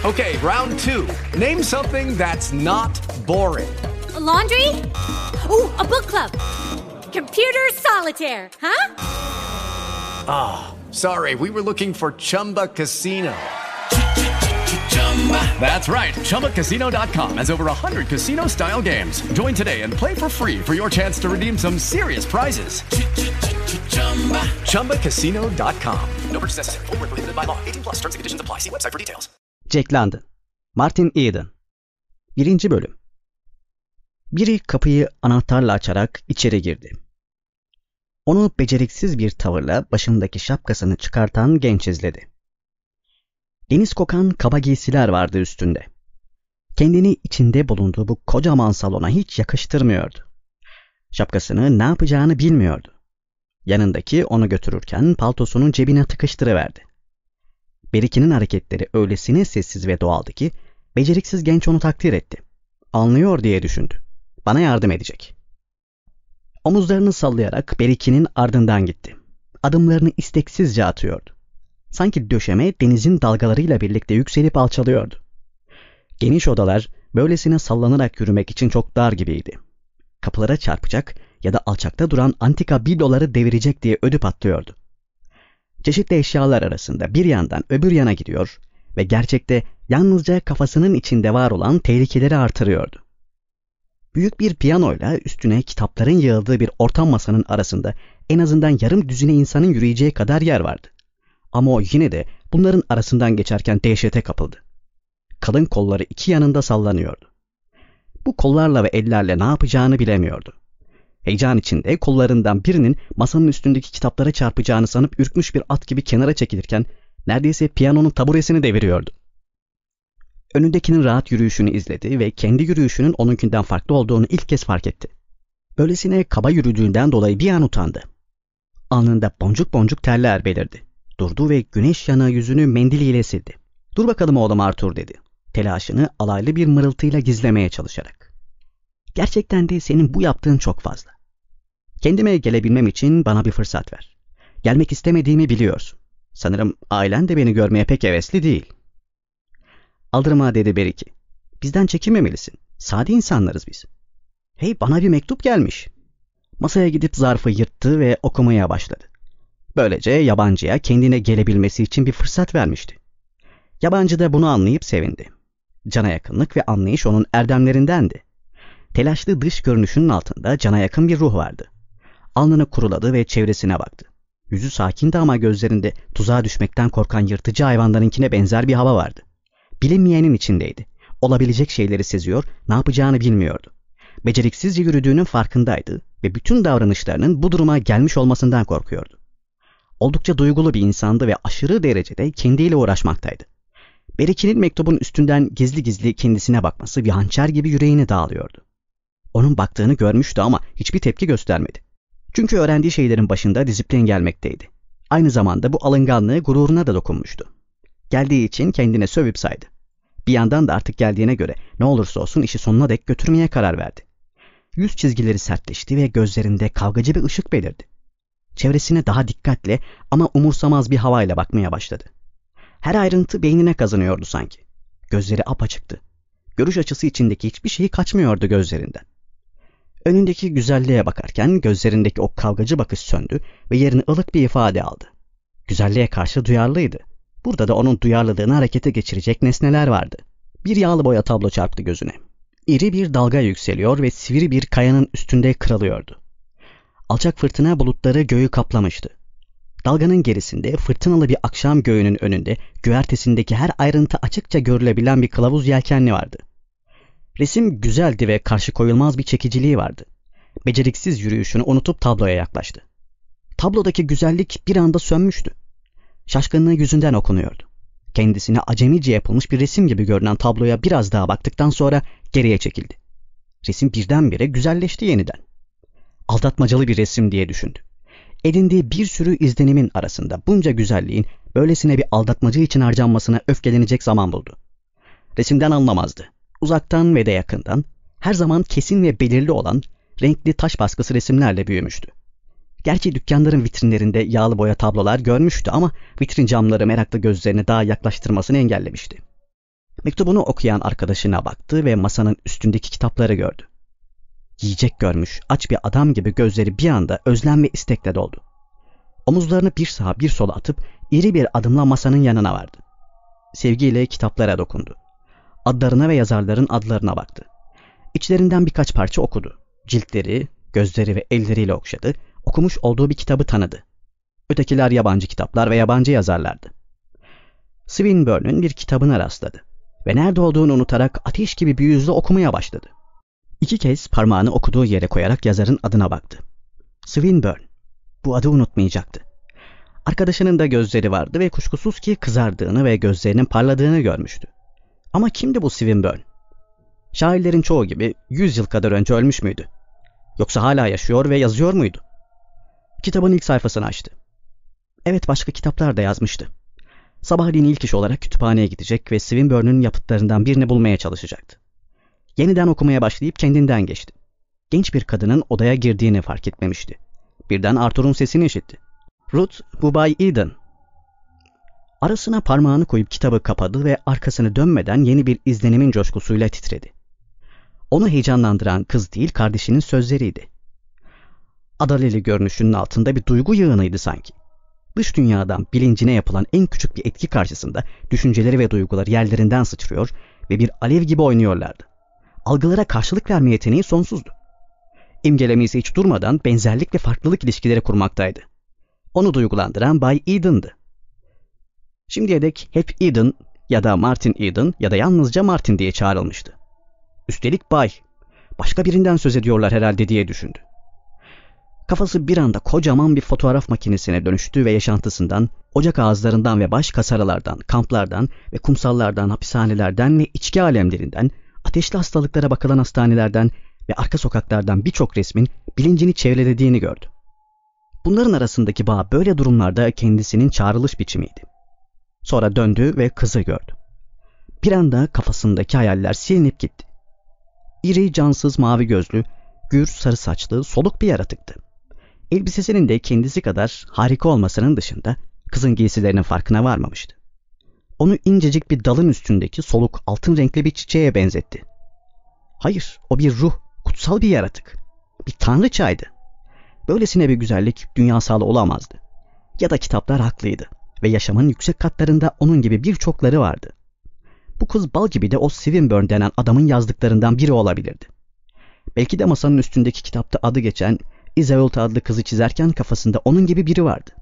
Okay, round two. Name something that's not boring. A laundry? Ooh, a book club. Computer solitaire, huh? Ah, sorry, we were looking for Chumba Casino. That's right, ChumbaCasino.com has over 100 casino-style games. Join today and play for free for your chance to redeem some serious prizes. ChumbaCasino.com. No purchase necessary. Void where prohibited by law. 18 plus terms and conditions apply. See website for details. Jack London, Martin Eden. 1. Bölüm. Biri kapıyı anahtarla açarak içeri girdi. Onu beceriksiz bir tavırla başındaki şapkasını çıkartan genç izledi. Deniz kokan kaba giysiler vardı üstünde. Kendini içinde bulunduğu bu kocaman salona hiç yakıştırmıyordu. Şapkasını ne yapacağını bilmiyordu. Yanındaki onu götürürken paltosunun cebine tıkıştırıverdi. Berik'in hareketleri öylesine sessiz ve doğaldı ki beceriksiz genç onu takdir etti. Anlıyor diye düşündü. Bana yardım edecek. Omuzlarını sallayarak Berik'in ardından gitti. Adımlarını isteksizce atıyordu. Sanki döşeme denizin dalgalarıyla birlikte yükselip alçalıyordu. Geniş odalar böylesine sallanarak yürümek için çok dar gibiydi. Kapılara çarpacak ya da alçakta duran antika bibloları devirecek diye ödü patlıyordu. Çeşitli eşyalar arasında bir yandan öbür yana gidiyor ve gerçekte yalnızca kafasının içinde var olan tehlikeleri artırıyordu. Büyük bir piyanoyla üstüne kitapların yığıldığı bir ortam masanın arasında en azından yarım düzine insanın yürüyeceği kadar yer vardı. Ama o yine de bunların arasından geçerken dehşete kapıldı. Kalın kolları iki yanında sallanıyordu. Bu kollarla ve ellerle ne yapacağını bilemiyordu. Heyecan içinde kollarından birinin masanın üstündeki kitaplara çarpacağını sanıp ürkmüş bir at gibi kenara çekilirken neredeyse piyanonun taburesini deviriyordu. Önündekinin rahat yürüyüşünü izledi ve kendi yürüyüşünün onunkinden farklı olduğunu ilk kez fark etti. Böylesine kaba yürüdüğünden dolayı bir an utandı. Alnında boncuk boncuk terler belirdi. Durdu ve güneş yanığı yüzünü mendiliyle sildi. "Dur bakalım oğlum Arthur," dedi. Telaşını alaylı bir mırıltıyla gizlemeye çalışarak. "Gerçekten de senin bu yaptığın çok fazla. Kendime gelebilmem için bana bir fırsat ver. Gelmek istemediğimi biliyorsun. Sanırım ailen de beni görmeye pek hevesli değil." "Aldırma," dedi Beriki. "Bizden çekinmemelisin. Sade insanlarız biz." "Hey, bana bir mektup gelmiş." Masaya gidip zarfı yırttı ve okumaya başladı. Böylece yabancıya kendine gelebilmesi için bir fırsat vermişti. Yabancı da bunu anlayıp sevindi. Cana yakınlık ve anlayış onun erdemlerindendi. Telaşlı dış görünüşünün altında cana yakın bir ruh vardı. Alnını kuruladı ve çevresine baktı. Yüzü sakindi ama gözlerinde tuzağa düşmekten korkan yırtıcı hayvanlarınkine benzer bir hava vardı. Bilinmeyenin içindeydi. Olabilecek şeyleri seziyor, ne yapacağını bilmiyordu. Beceriksizce yürüdüğünün farkındaydı ve bütün davranışlarının bu duruma gelmiş olmasından korkuyordu. Oldukça duygulu bir insandı ve aşırı derecede kendiyle uğraşmaktaydı. Beriki'nin mektubun üstünden gizli gizli kendisine bakması bir hançer gibi yüreğini dağılıyordu. Onun baktığını görmüştü ama hiçbir tepki göstermedi. Çünkü öğrendiği şeylerin başında disiplin gelmekteydi. Aynı zamanda bu alınganlığı gururuna da dokunmuştu. Geldiği için kendine sövüp saydı. Bir yandan da artık geldiğine göre ne olursa olsun işi sonuna dek götürmeye karar verdi. Yüz çizgileri sertleşti ve gözlerinde kavgacı bir ışık belirdi. Çevresine daha dikkatli ama umursamaz bir havayla bakmaya başladı. Her ayrıntı beynine kazanıyordu sanki. Gözleri apaçıktı. Görüş açısı içindeki hiçbir şeyi kaçmıyordu gözlerinden. Önündeki güzelliğe bakarken gözlerindeki o kavgacı bakış söndü ve yerini ılık bir ifade aldı. Güzelliğe karşı duyarlıydı. Burada da onun duyarlılığını harekete geçirecek nesneler vardı. Bir yağlı boya tablo çarptı gözüne. İri bir dalga yükseliyor ve sivri bir kayanın üstünde kırılıyordu. Alçak fırtına bulutları göğü kaplamıştı. Dalganın gerisinde fırtınalı bir akşam göğünün önünde güvertesindeki her ayrıntı açıkça görülebilen bir kılavuz yelkenli vardı. Resim güzeldi ve karşı koyulmaz bir çekiciliği vardı. Beceriksiz yürüyüşünü unutup tabloya yaklaştı. Tablodaki güzellik bir anda sönmüştü. Şaşkınlığı yüzünden okunuyordu. Kendisine acemice yapılmış bir resim gibi görünen tabloya biraz daha baktıktan sonra geriye çekildi. Resim birdenbire güzelleşti yeniden. Aldatmacalı bir resim diye düşündü. Edindiği bir sürü izlenimin arasında bunca güzelliğin böylesine bir aldatmacı için harcanmasına öfkelenecek zaman buldu. Resimden anlamazdı. Uzaktan ve de yakından, her zaman kesin ve belirli olan renkli taş baskısı resimlerle büyümüştü. Gerçi dükkanların vitrinlerinde yağlı boya tablolar görmüştü ama vitrin camları meraklı gözlerini daha yaklaştırmasını engellemişti. Mektubunu okuyan arkadaşına baktı ve masanın üstündeki kitapları gördü. Yiyecek görmüş, aç bir adam gibi gözleri bir anda özlem ve istekle doldu. Omuzlarını bir sağa bir sola atıp iri bir adımla masanın yanına vardı. Sevgiyle kitaplara dokundu. Adlarına ve yazarların adlarına baktı. İçlerinden birkaç parça okudu. Ciltleri, gözleri ve elleriyle okşadı. Okumuş olduğu bir kitabı tanıdı. Ötekiler yabancı kitaplar ve yabancı yazarlardı. Swinburne'ün bir kitabına rastladı ve nerede olduğunu unutarak ateş gibi bir yüzle okumaya başladı. 2 kez parmağını okuduğu yere koyarak yazarın adına baktı. Swinburne. Bu adı unutmayacaktı. Arkadaşının da gözleri vardı ve kuşkusuz ki kızardığını ve gözlerinin parladığını görmüştü. Ama kimdi bu Swinburne? Şairlerin çoğu gibi 100 yıl kadar önce ölmüş müydü? Yoksa hala yaşıyor ve yazıyor muydu? Kitabın ilk sayfasını açtı. Evet, başka kitaplar da yazmıştı. Sabahleyin ilk iş olarak kütüphaneye gidecek ve Swinburne'ün yapıtlarından birini bulmaya çalışacaktı. Yeniden okumaya başlayıp kendinden geçti. Genç bir kadının odaya girdiğini fark etmemişti. Birden Arthur'un sesini işitti. Ruth, bu Bay Eden. Arasına parmağını koyup kitabı kapadı ve arkasını dönmeden yeni bir izlenimin coşkusuyla titredi. Onu heyecanlandıran kız değil, kardeşinin sözleriydi. Adaleli görünüşünün altında bir duygu yığınıydı sanki. Dış dünyadan bilincine yapılan en küçük bir etki karşısında düşünceleri ve duyguları yerlerinden sıçrıyor ve bir alev gibi oynuyorlardı. Algılara karşılık verme yeteneği sonsuzdu. İmgelemesi hiç durmadan benzerlik ve farklılık ilişkileri kurmaktaydı. Onu duygulandıran Bay Eden'dı. Şimdiye dek hep Eden ya da Martin Eden ya da yalnızca Martin diye çağrılmıştı. Üstelik Bay, başka birinden söz ediyorlar herhalde diye düşündü. Kafası bir anda kocaman bir fotoğraf makinesine dönüştü ve yaşantısından, ocak ağızlarından ve baş kasaralardan, kamplardan ve kumsallardan, hapishanelerden ve içki alemlerinden, ateşli hastalıklara bakılan hastanelerden ve arka sokaklardan birçok resmin bilincini çevrelediğini gördü. Bunların arasındaki bağ böyle durumlarda kendisinin çağrılış biçimiydi. Sonra döndü ve kızı gördü. Bir anda kafasındaki hayaller silinip gitti. İri, cansız, mavi gözlü, gür, sarı saçlı, soluk bir yaratıktı. Elbisesinin de kendisi kadar harika olmasının dışında kızın giysilerinin farkına varmamıştı. Onu incecik bir dalın üstündeki soluk altın renkli bir çiçeğe benzetti. Hayır, o bir ruh, kutsal bir yaratık. Bir tanrıçaydı. Böylesine bir güzellik dünyasal olamazdı. Ya da kitaplar haklıydı ve yaşamın yüksek katlarında onun gibi birçokları vardı. Bu kız bal gibi de o Swinburne denen adamın yazdıklarından biri olabilirdi. Belki de masanın üstündeki kitapta adı geçen Iseult adlı kızı çizerken kafasında onun gibi biri vardı.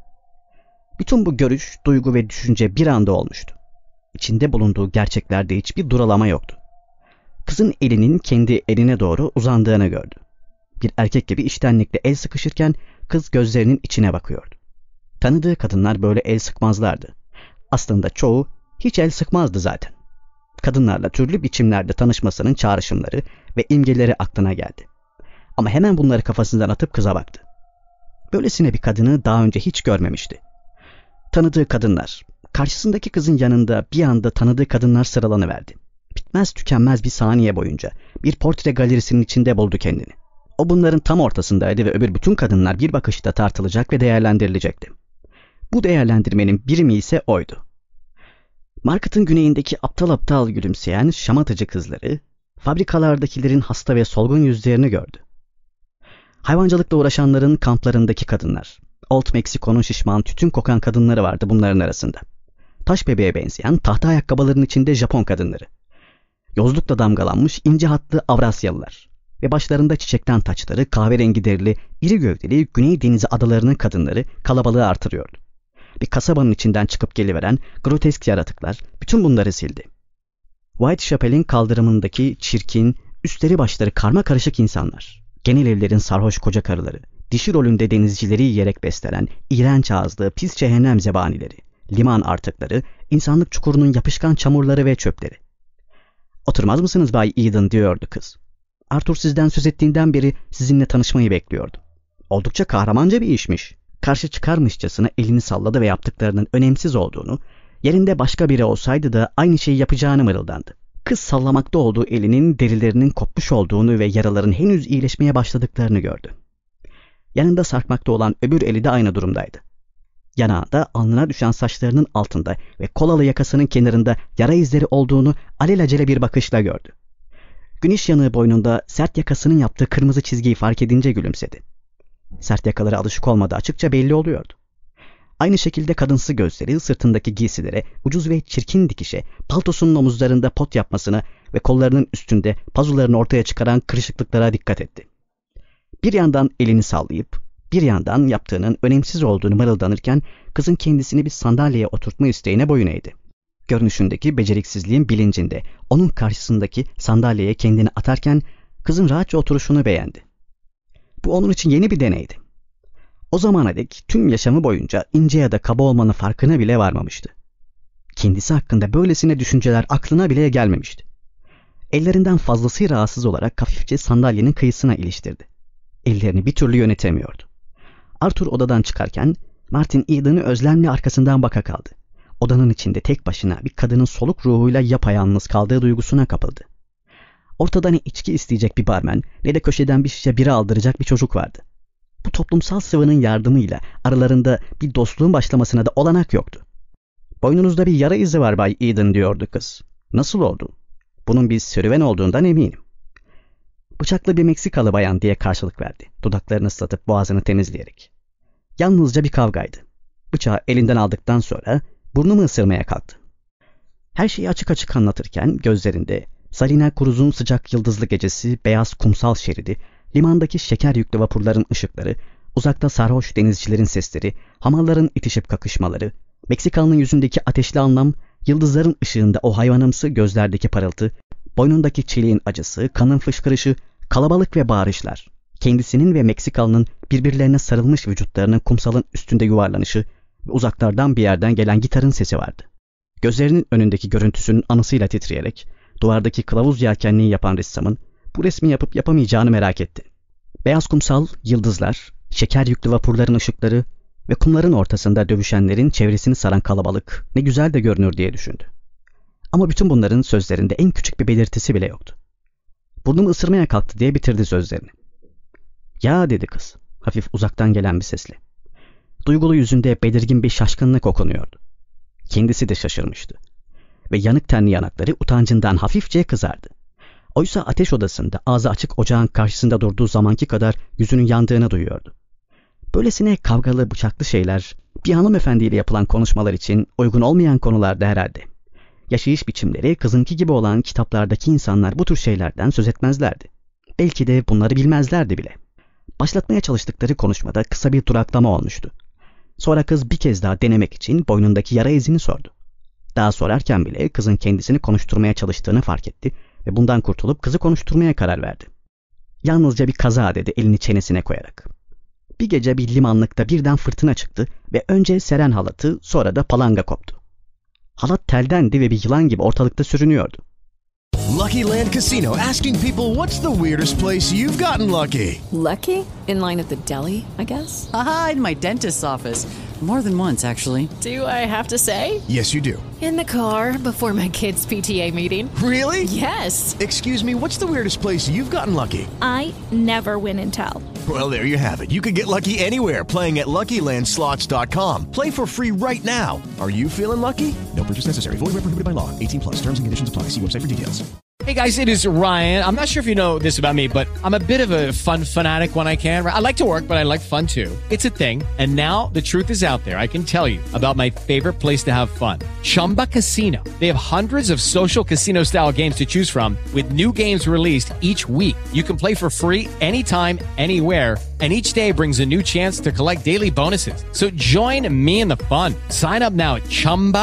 Bütün bu görüş, duygu ve düşünce bir anda olmuştu. İçinde bulunduğu gerçeklerde hiçbir duralama yoktu. Kızın elinin kendi eline doğru uzandığını gördü. Bir erkek gibi içtenlikle el sıkışırken kız gözlerinin içine bakıyordu. Tanıdığı kadınlar böyle el sıkmazlardı. Aslında çoğu hiç el sıkmazdı zaten. Kadınlarla türlü biçimlerde tanışmasının çağrışımları ve imgeleri aklına geldi. Ama hemen bunları kafasından atıp kıza baktı. Böylesine bir kadını daha önce hiç görmemişti. Tanıdığı kadınlar, karşısındaki kızın yanında bir anda tanıdığı kadınlar sıralanıverdi. Bitmez tükenmez bir saniye boyunca bir portre galerisinin içinde buldu kendini. O bunların tam ortasındaydı ve öbür bütün kadınlar bir bakışta tartılacak ve değerlendirilecekti. Bu değerlendirmenin birimi ise oydu. Market'ın güneyindeki aptal aptal gülümseyen şamatacı kızları, fabrikalardakilerin hasta ve solgun yüzlerini gördü. Hayvancılıkla uğraşanların kamplarındaki kadınlar, Old Mexico'nun şişman tütün kokan kadınları vardı bunların arasında. Taş bebeğe benzeyen tahta ayakkabıların içinde Japon kadınları. Yozlukla damgalanmış ince hatlı Avrasyalılar ve başlarında çiçekten taçları, kahverengi derili, iri gövdeli Güney Denizi adalarının kadınları kalabalığı artırıyordu. Bir kasabanın içinden çıkıp geliveren grotesk yaratıklar bütün bunları sildi. Whitechapel'in kaldırımındaki çirkin, üstleri başları karma karışık insanlar, genel evlerin sarhoş koca karıları, dişi rolünde denizcileri yiyerek beslenen iğrenç ağızlı pis cehennem zebanileri, liman artıkları, insanlık çukurunun yapışkan çamurları ve çöpleri. "Oturmaz mısınız Bay Eden?" diyordu kız. "Arthur sizden söz ettiğinden beri sizinle tanışmayı bekliyordu. Oldukça kahramanca bir işmiş." Karşı çıkarmışçasına elini salladı ve yaptıklarının önemsiz olduğunu, yerinde başka biri olsaydı da aynı şeyi yapacağını mırıldandı. Kız sallamakta olduğu elinin derilerinin kopmuş olduğunu ve yaraların henüz iyileşmeye başladıklarını gördü. Yanında sarkmakta olan öbür eli de aynı durumdaydı. Yanağında alnına düşen saçlarının altında ve kolalı yakasının kenarında yara izleri olduğunu alelacele bir bakışla gördü. Güneş yanığı boynunda sert yakasının yaptığı kırmızı çizgiyi fark edince gülümsedi. Sert yakalara alışık olmadığı açıkça belli oluyordu. Aynı şekilde kadınsı gözleri sırtındaki giysilere, ucuz ve çirkin dikişe, paltosunun omuzlarında pot yapmasına ve kollarının üstünde pazularını ortaya çıkaran kırışıklıklara dikkat etti. Bir yandan elini sallayıp, bir yandan yaptığının önemsiz olduğunu mırıldanırken kızın kendisini bir sandalyeye oturtma isteğine boyun eğdi. Görünüşündeki beceriksizliğin bilincinde onun karşısındaki sandalyeye kendini atarken kızın rahatça oturuşunu beğendi. Bu onun için yeni bir deneydi. O zamana dek tüm yaşamı boyunca ince ya da kaba olmanın farkına bile varmamıştı. Kendisi hakkında böylesine düşünceler aklına bile gelmemişti. Ellerinden fazlasıyla rahatsız olarak hafifçe sandalyenin kıyısına iliştirdi. Ellerini bir türlü yönetemiyordu. Arthur odadan çıkarken Martin Eden'ı özlemle arkasından baka kaldı. Odanın içinde tek başına bir kadının soluk ruhuyla yapayalnız kaldığı duygusuna kapıldı. Ortada ne içki isteyecek bir barmen ne de köşeden bir şişe bira aldıracak bir çocuk vardı. Bu toplumsal sıvının yardımıyla aralarında bir dostluğun başlamasına da olanak yoktu. "Boynunuzda bir yara izi var Bay Eden," diyordu kız. "Nasıl oldu?" "Bunun bir serüven olduğundan eminim." "Bıçaklı bir Meksikalı bayan," diye karşılık verdi, dudaklarını ıslatıp boğazını temizleyerek. "Yalnızca bir kavgaydı. Bıçağı elinden aldıktan sonra burnumu ısırmaya kalktı." Her şeyi açık açık anlatırken gözlerinde Salina Cruz'un sıcak yıldızlı gecesi, beyaz kumsal şeridi, limandaki şeker yüklü vapurların ışıkları, uzakta sarhoş denizcilerin sesleri, hamalların itişip kakışmaları, Meksikalı'nın yüzündeki ateşli anlam, yıldızların ışığında o hayvanımsı gözlerdeki parıltı, boynundaki çileğin acısı, kanın fışkırışı, kalabalık ve bağırışlar, kendisinin ve Meksikalı'nın birbirlerine sarılmış vücutlarının kumsalın üstünde yuvarlanışı ve uzaklardan bir yerden gelen gitarın sesi vardı. Gözlerinin önündeki görüntüsünün anısıyla titreyerek, duvardaki kılavuz yelkenliği yapan ressamın bu resmi yapıp yapamayacağını merak etti. Beyaz kumsal, yıldızlar, şeker yüklü vapurların ışıkları ve kumların ortasında dövüşenlerin çevresini saran kalabalık ne güzel de görünür diye düşündü. Ama bütün bunların sözlerinde en küçük bir belirtisi bile yoktu. "Burnumu ısırmaya kalktı," diye bitirdi sözlerini. "Ya," dedi kız, hafif uzaktan gelen bir sesle. Duygulu yüzünde belirgin bir şaşkınlık okunuyordu. Kendisi de şaşırmıştı. Ve yanık tenli yanakları utancından hafifçe kızardı. Oysa ateş odasında ağzı açık ocağın karşısında durduğu zamanki kadar yüzünün yandığını duyuyordu. Böylesine kavgalı, bıçaklı şeyler bir hanımefendiyle yapılan konuşmalar için uygun olmayan konularda herhalde. Yaşayış biçimleri kızınki gibi olan kitaplardaki insanlar bu tür şeylerden söz etmezlerdi. Belki de bunları bilmezlerdi bile. Başlatmaya çalıştıkları konuşmada kısa bir duraklama olmuştu. Sonra kız bir kez daha denemek için boynundaki yara izini sordu. Daha sorarken bile kızın kendisini konuşturmaya çalıştığını fark etti ve bundan kurtulup kızı konuşturmaya karar verdi. "Yalnızca bir kaza," dedi elini çenesine koyarak. "Bir gece bir limanlıkta birden fırtına çıktı ve önce seren halatı, sonra da palanga koptu. Halat teldendi ve bir yılan gibi ortalıkta sürünüyordu." Lucky Land Casino, asking people, what's the weirdest place you've gotten lucky? Lucky? In line at the deli, I guess? Aha, in my dentist's office. More than once, actually. Do I have to say? Yes, you do. In the car before my kids' PTA meeting. Really? Yes. Excuse me, what's the weirdest place you've gotten lucky? I never win and tell. Well, there you have it. You can get lucky anywhere, playing at LuckyLandSlots.com. Play for free right now. Are you feeling lucky? No purchase necessary. Void where prohibited by law. 18 plus. Terms and conditions apply. See website for details. Hey guys, it is Ryan. I'm not sure if you know this about me, but I'm a bit of a fun fanatic when I can. I like to work, but I like fun too. It's a thing. And now the truth is out there. I can tell you about my favorite place to have fun. Chumba Casino. They have hundreds of social casino style games to choose from with new games released each week. You can play for free anytime, anywhere. And each day brings a new chance to collect daily bonuses. So join me in the fun. Sign up now at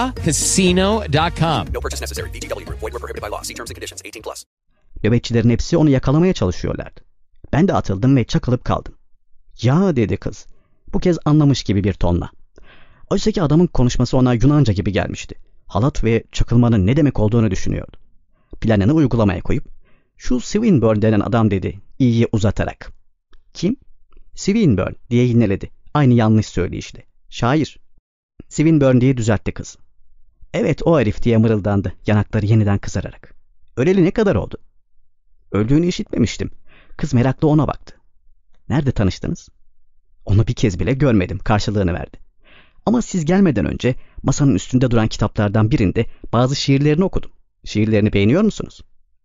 ChumbaCasino.com. No purchase necessary. VGW Group. Void were prohibited by law. See terms and conditions. 18 plus. Nöbetçilerin hepsi onu yakalamaya çalışıyorlardı. Ben de atıldım ve çakılıp kaldım. "Ya," dedi kız, bu kez anlamış gibi bir tonla. Oysaki adamın konuşması ona Yunanca gibi gelmişti. Halat ve çakılmanın ne demek olduğunu düşünüyordu. Planını uygulamaya koyup, "Şu Swinburne denen adam," dedi, iyiyi uzatarak. "Kim?" "Swinburne," diye yineledi. Aynı yanlış söyleyişle. "Şair." "Swinburne," diye düzeltti kız. "Evet, o herif," diye mırıldandı, yanakları yeniden kızararak. "Öleli ne kadar oldu?" "Öldüğünü işitmemiştim." Kız meraklı ona baktı. "Nerede tanıştınız?" "Onu bir kez bile görmedim," karşılığını verdi. Ama siz gelmeden önce masanın üstünde duran kitaplardan birinde bazı şiirlerini okudum. Şiirlerini beğeniyor musunuz?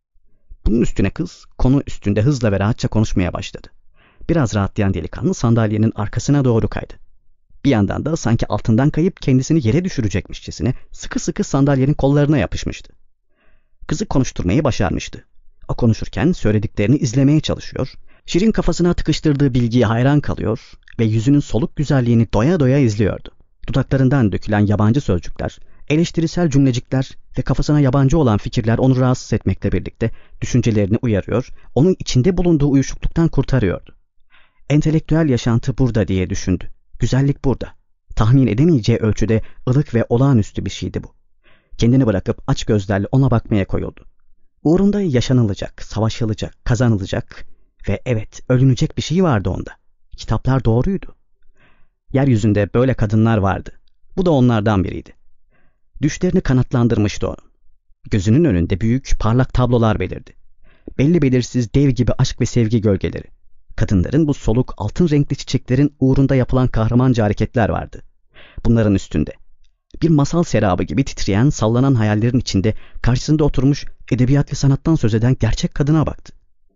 Bunun üstüne kız konu üstünde hızla ve rahatça konuşmaya başladı. Biraz rahatlayan delikanlı sandalyenin arkasına doğru kaydı. Bir yandan da sanki altından kayıp kendisini yere düşürecekmişçesine sıkı sıkı sandalyenin kollarına yapışmıştı. Kızı konuşturmayı başarmıştı. O konuşurken söylediklerini izlemeye çalışıyor, şirin kafasına tıkıştırdığı bilgiye hayran kalıyor ve yüzünün soluk güzelliğini doya doya izliyordu. Dudaklarından dökülen yabancı sözcükler, eleştirisel cümlecikler ve kafasına yabancı olan fikirler onu rahatsız etmekle birlikte düşüncelerini uyarıyor, onun içinde bulunduğu uyuşukluktan kurtarıyordu. Entelektüel yaşantı burada diye düşündü. Güzellik burada. Tahmin edemeyeceği ölçüde ılık ve olağanüstü bir şeydi bu. Kendini bırakıp aç gözlerle ona bakmaya koyuldu. Uğrunda yaşanılacak, savaşılacak, kazanılacak ve evet ölünecek bir şey vardı onda. Kitaplar doğruydu. Yeryüzünde böyle kadınlar vardı. Bu da onlardan biriydi. Düşlerini kanatlandırmıştı onun. Gözünün önünde büyük, parlak tablolar belirdi. Belli belirsiz dev gibi aşk ve sevgi gölgeleri. Kadınların bu soluk altın renkli çiçeklerin uğrunda yapılan kahramanca hareketler vardı. Bunların üstünde bir masal serabı gibi titreyen, sallanan hayallerin içinde karşısında oturmuş edebiyat ve sanattan söz eden gerçek kadına baktı.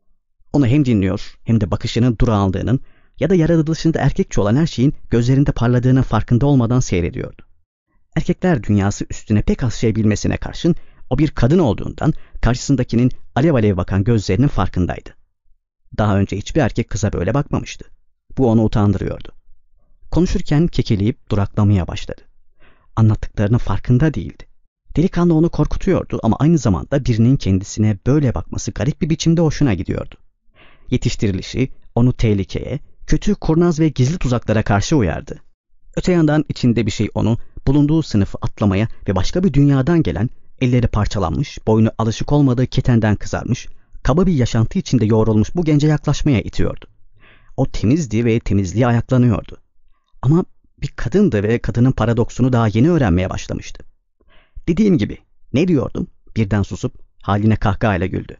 Onu hem dinliyor hem de bakışının durağanlığının ya da yaratılışında erkekçe olan her şeyin gözlerinde parladığının farkında olmadan seyrediyordu. Erkekler dünyası üstüne pek az şey bilmesine karşın o bir kadın olduğundan karşısındakinin alev alev bakan gözlerinin farkındaydı. Daha önce hiçbir erkek kıza böyle bakmamıştı. Bu onu utandırıyordu. Konuşurken kekeleyip duraklamaya başladı. Anlattıklarının farkında değildi. Delikanlı onu korkutuyordu ama aynı zamanda birinin kendisine böyle bakması garip bir biçimde hoşuna gidiyordu. Yetiştirilişi onu tehlikeye, kötü, kurnaz ve gizli tuzaklara karşı uyardı. Öte yandan içinde bir şey onu bulunduğu sınıfı atlamaya ve başka bir dünyadan gelen, elleri parçalanmış, boynu alışık olmadığı ketenden kızarmış, kaba bir yaşantı içinde yoğrulmuş bu gence yaklaşmaya itiyordu. O temizdi ve temizliğe ayaklanıyordu. Ama bir kadındı ve kadının paradoksunu daha yeni öğrenmeye başlamıştı. Dediğim gibi, ne diyordum? Birden susup haline kahkahayla güldü.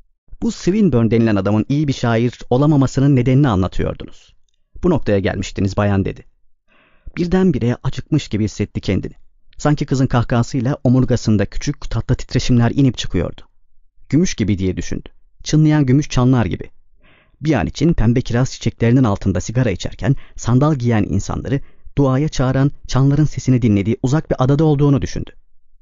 Bu Swinburne denilen adamın iyi bir şair olamamasının nedenini anlatıyordunuz. Bu noktaya gelmiştiniz bayan dedi. Birdenbire acıkmış gibi hissetti kendini. Sanki kızın kahkahasıyla omurgasında küçük tatlı titreşimler inip çıkıyordu. Gümüş gibi diye düşündü. Çınlayan gümüş çanlar gibi. Bir an için pembe kiraz çiçeklerinin altında sigara içerken sandal giyen insanları duaya çağıran çanların sesini dinlediği uzak bir adada olduğunu düşündü.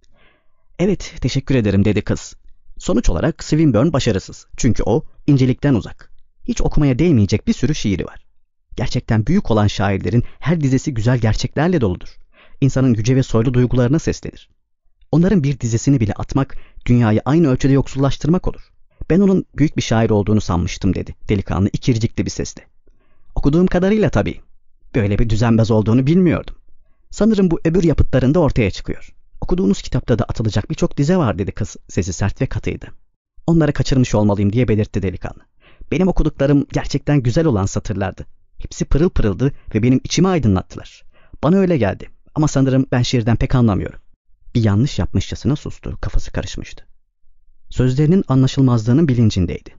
Evet, teşekkür ederim dedi kız. Sonuç olarak Swinburne başarısız. Çünkü o incelikten uzak. Hiç okumaya değmeyecek bir sürü şiiri var. Gerçekten büyük olan şairlerin her dizesi güzel gerçeklerle doludur. İnsanın yüce ve soylu duygularına seslenir. Onların bir dizesini bile atmak, dünyayı aynı ölçüde yoksullaştırmak olur. Ben onun büyük bir şair olduğunu sanmıştım dedi delikanlı ikircikli bir sesle. Okuduğum kadarıyla tabii. Böyle bir düzenbaz olduğunu bilmiyordum. Sanırım bu öbür yapıtlarında ortaya çıkıyor. Okuduğunuz kitapta da atılacak birçok dize var dedi kız, sesi sert ve katıydı. Onları kaçırmış olmalıyım diye belirtti delikanlı. Benim okuduklarım gerçekten güzel olan satırlardı. Hepsi pırıl pırıldı ve benim içimi aydınlattılar. Bana öyle geldi ama sanırım ben şiirden pek anlamıyorum. Bir yanlış yapmışçasına sustu, kafası karışmıştı. Sözlerinin anlaşılmazlığının bilincindeydi.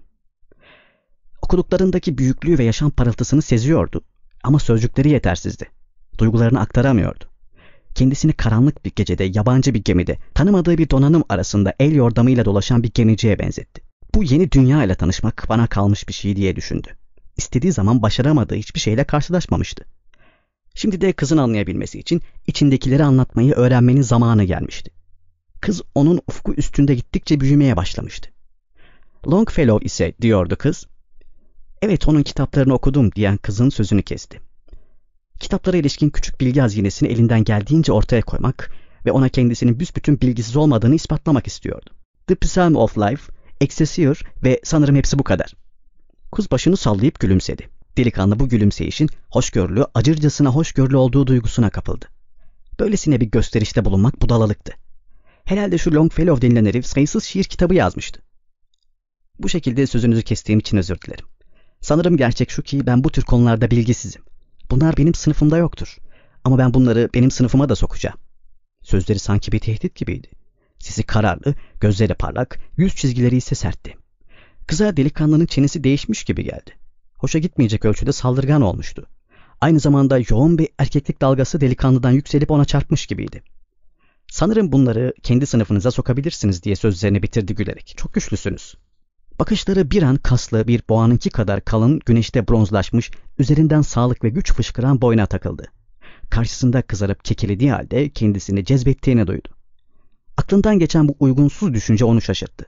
Okuduklarındaki büyüklüğü ve yaşam parıltısını seziyordu ama sözcükleri yetersizdi. Duygularını aktaramıyordu. Kendisini karanlık bir gecede, yabancı bir gemide, tanımadığı bir donanım arasında el yordamıyla dolaşan bir gemiciye benzetti. Bu yeni dünya ile tanışmak bana kalmış bir şey diye düşündü. İstediği zaman başaramadığı hiçbir şeyle karşılaşmamıştı. Şimdi de kızın anlayabilmesi için içindekileri anlatmayı öğrenmenin zamanı gelmişti. Kız onun ufku üstünde gittikçe büyümeye başlamıştı. Longfellow ise diyordu kız. Evet, onun kitaplarını okudum diyen kızın sözünü kesti. Kitaplara ilişkin küçük bilgi hazinesini elinden geldiğince ortaya koymak ve ona kendisinin büsbütün bilgisiz olmadığını ispatlamak istiyordu. The Psalm of Life, Excelsior ve sanırım hepsi bu kadar. Kız başını sallayıp gülümsedi. Delikanlı bu gülümseyişin hoşgörülü, acırcasına hoşgörülü olduğu duygusuna kapıldı. Böylesine bir gösterişte bulunmak budalalıktı. Herhalde şu Longfellow denilen herif sayısız şiir kitabı yazmıştı. Bu şekilde sözünüzü kestiğim için özür dilerim. Sanırım gerçek şu ki ben bu tür konularda bilgisizim. Bunlar benim sınıfımda yoktur. Ama ben bunları benim sınıfıma da sokacağım. Sözleri sanki bir tehdit gibiydi. Sesi kararlı, gözleri parlak, yüz çizgileri ise sertti. Kıza delikanlının çenesi değişmiş gibi geldi. Hoşa gitmeyecek ölçüde saldırgan olmuştu. Aynı zamanda yoğun bir erkeklik dalgası delikanlıdan yükselip ona çarpmış gibiydi. Sanırım bunları kendi sınıfınıza sokabilirsiniz diye sözlerini bitirdi gülerek. Çok güçlüsünüz. Bakışları bir an kaslı bir boğanınki kadar kalın, güneşte bronzlaşmış, üzerinden sağlık ve güç fışkıran boyuna takıldı. Karşısında kızarıp kekelediği halde kendisini cezbettiğini duydu. Aklından geçen bu uygunsuz düşünce onu şaşırttı.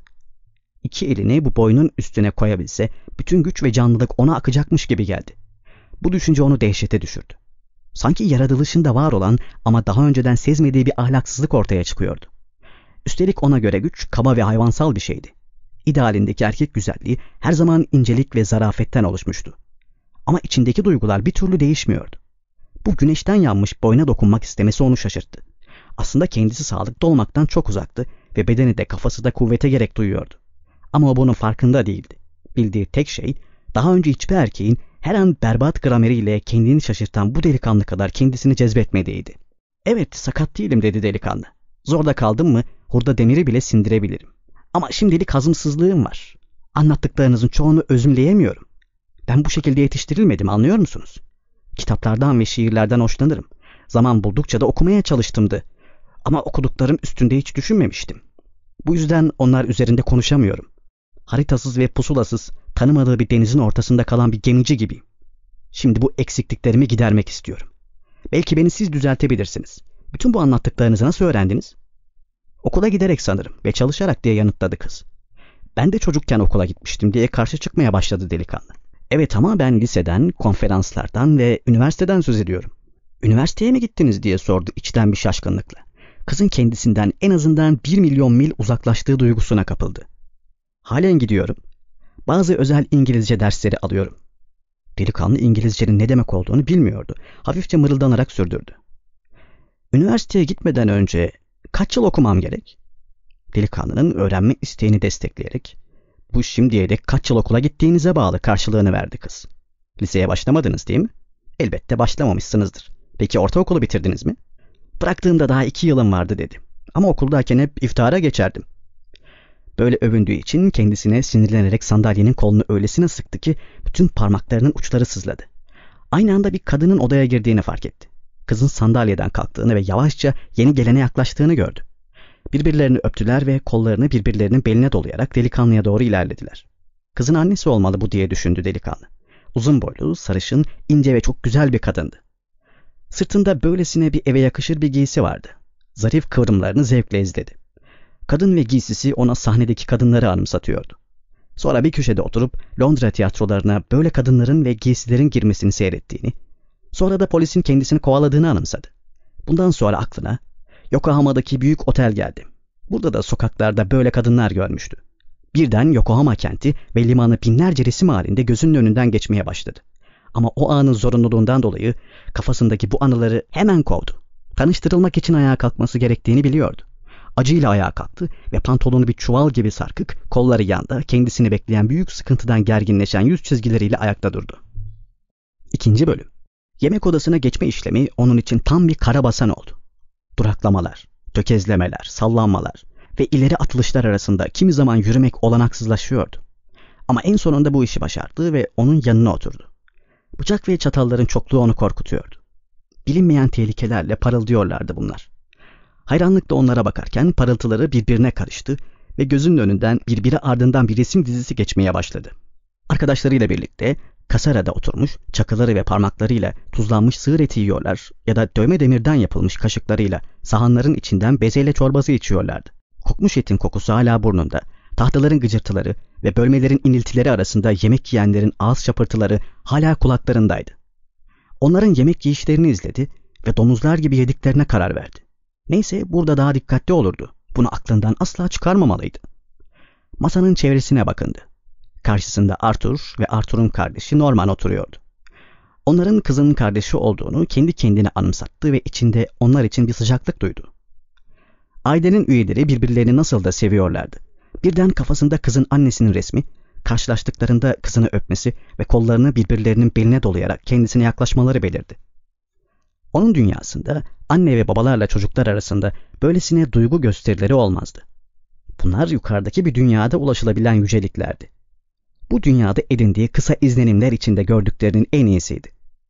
İki elini bu boynun üstüne koyabilse bütün güç ve canlılık ona akacakmış gibi geldi. Bu düşünce onu dehşete düşürdü. Sanki yaratılışında var olan ama daha önceden sezmediği bir ahlaksızlık ortaya çıkıyordu. Üstelik ona göre güç kaba ve hayvansal bir şeydi. İdealindeki erkek güzelliği her zaman incelik ve zarafetten oluşmuştu. Ama içindeki duygular bir türlü değişmiyordu. Bu güneşten yanmış boyuna dokunmak istemesi onu şaşırttı. Aslında kendisi sağlıklı olmaktan çok uzaktı ve bedeni de kafası da kuvvete gerek duyuyordu. Ama o bunun farkında değildi. Bildiği tek şey daha önce hiçbir erkeğin her an berbat grameriyle kendini şaşırtan bu delikanlı kadar kendisini cezbetmediğiydi. Evet, sakat değilim dedi delikanlı. Zorda kaldım mı hurda demiri bile sindirebilirim. Ama şimdilik hazımsızlığım var. Anlattıklarınızın çoğunu özümleyemiyorum. Ben bu şekilde yetiştirilmedim, anlıyor musunuz? Kitaplardan ve şiirlerden hoşlanırım. Zaman buldukça da okumaya çalıştımdı. Ama okuduklarım üstünde hiç düşünmemiştim. Bu yüzden onlar üzerinde konuşamıyorum. Haritasız ve pusulasız, tanımadığı bir denizin ortasında kalan bir gemici gibiyim. Şimdi bu eksikliklerimi gidermek istiyorum. Belki beni siz düzeltebilirsiniz. Bütün bu anlattıklarınızı nasıl öğrendiniz? Okula giderek sanırım ve çalışarak diye yanıtladı kız. Ben de çocukken okula gitmiştim diye karşı çıkmaya başladı delikanlı. Evet ama ben liseden, konferanslardan ve üniversiteden söz ediyorum. Üniversiteye mi gittiniz diye sordu içten bir şaşkınlıkla. Kızın kendisinden en azından 1 milyon mil uzaklaştığı duygusuna kapıldı. Halen gidiyorum. Bazı özel İngilizce dersleri alıyorum. Delikanlı İngilizcenin ne demek olduğunu bilmiyordu. Hafifçe mırıldanarak sürdürdü. Üniversiteye gitmeden önce kaç yıl okumam gerek? Delikanlının öğrenme isteğini destekleyerek, bu şimdiye dek kaç yıl okula gittiğinize bağlı karşılığını verdi kız. Liseye başlamadınız değil mi? Elbette başlamamışsınızdır. Peki ortaokulu bitirdiniz mi? Bıraktığımda daha 2 yılım vardı dedi. Ama okuldayken hep iftara geçerdim. Böyle övündüğü için kendisine sinirlenerek sandalyenin kolunu öylesine sıktı ki bütün parmaklarının uçları sızladı. Aynı anda bir kadının odaya girdiğini fark etti. Kızın sandalyeden kalktığını ve yavaşça yeni gelene yaklaştığını gördü. Birbirlerini öptüler ve kollarını birbirlerinin beline dolayarak delikanlıya doğru ilerlediler. Kızın annesi olmalı bu diye düşündü delikanlı. Uzun boylu, sarışın, ince ve çok güzel bir kadındı. Sırtında böylesine bir eve yakışır bir giysi vardı. Zarif kıvrımlarını zevkle izledi. Kadın ve giysisi ona sahnedeki kadınları anımsatıyordu. Sonra bir köşede oturup Londra tiyatrolarına böyle kadınların ve giysilerin girmesini seyrettiğini, sonra da polisin kendisini kovaladığını anımsadı. Bundan sonra aklına Yokohama'daki büyük otel geldi. Burada da sokaklarda böyle kadınlar görmüştü. Birden Yokohama kenti ve limanı binlerce resim halinde gözünün önünden geçmeye başladı. Ama o anın zorunluluğundan dolayı kafasındaki bu anıları hemen kovdu. Tanıştırılmak için ayağa kalkması gerektiğini biliyordu. Acıyla ayağa kalktı ve pantolonu bir çuval gibi sarkık, kolları yanda, kendisini bekleyen büyük sıkıntıdan gerginleşen yüz çizgileriyle ayakta durdu. 2. bölüm. Yemek odasına geçme işlemi onun için tam bir karabasan oldu. Duraklamalar, tökezlemeler, sallanmalar ve ileri atılışlar arasında kimi zaman yürümek olanaksızlaşıyordu. Ama en sonunda bu işi başardı ve onun yanına oturdu. Bıçak ve çatalların çokluğu onu korkutuyordu. Bilinmeyen tehlikelerle parıldıyorlardı bunlar. Hayranlıkla onlara bakarken parıltıları birbirine karıştı ve gözünün önünden birbiri ardından bir resim dizisi geçmeye başladı. Arkadaşlarıyla birlikte kasarada oturmuş, çakıları ve parmaklarıyla tuzlanmış sığır eti yiyorlar ya da dövme demirden yapılmış kaşıklarıyla sahanların içinden bezelye çorbası içiyorlardı. Kokmuş etin kokusu hala burnunda, tahtaların gıcırtıları ve bölmelerin iniltileri arasında yemek yiyenlerin ağız çapırtıları hala kulaklarındaydı. Onların yemek yiyişlerini izledi ve domuzlar gibi yediklerine karar verdi. Neyse burada daha dikkatli olurdu. Bunu aklından asla çıkarmamalıydı. Masanın çevresine bakındı. Karşısında Arthur ve Arthur'un kardeşi Norman oturuyordu. Onların kızının kardeşi olduğunu kendi kendine anımsattı ve içinde onlar için bir sıcaklık duydu. Ailenin üyeleri birbirlerini nasıl da seviyorlardı. Birden kafasında kızın annesinin resmi, karşılaştıklarında kızını öpmesi ve kollarını birbirlerinin beline dolayarak kendisine yaklaşmaları belirdi. Onun dünyasında anne ve babalarla çocuklar arasında böylesine duygu gösterileri olmazdı. Bunlar yukarıdaki bir dünyada ulaşılabilen yüceliklerdi. Bu dünyada edindiği kısa izlenimler içinde gördüklerinin en iyisiydi.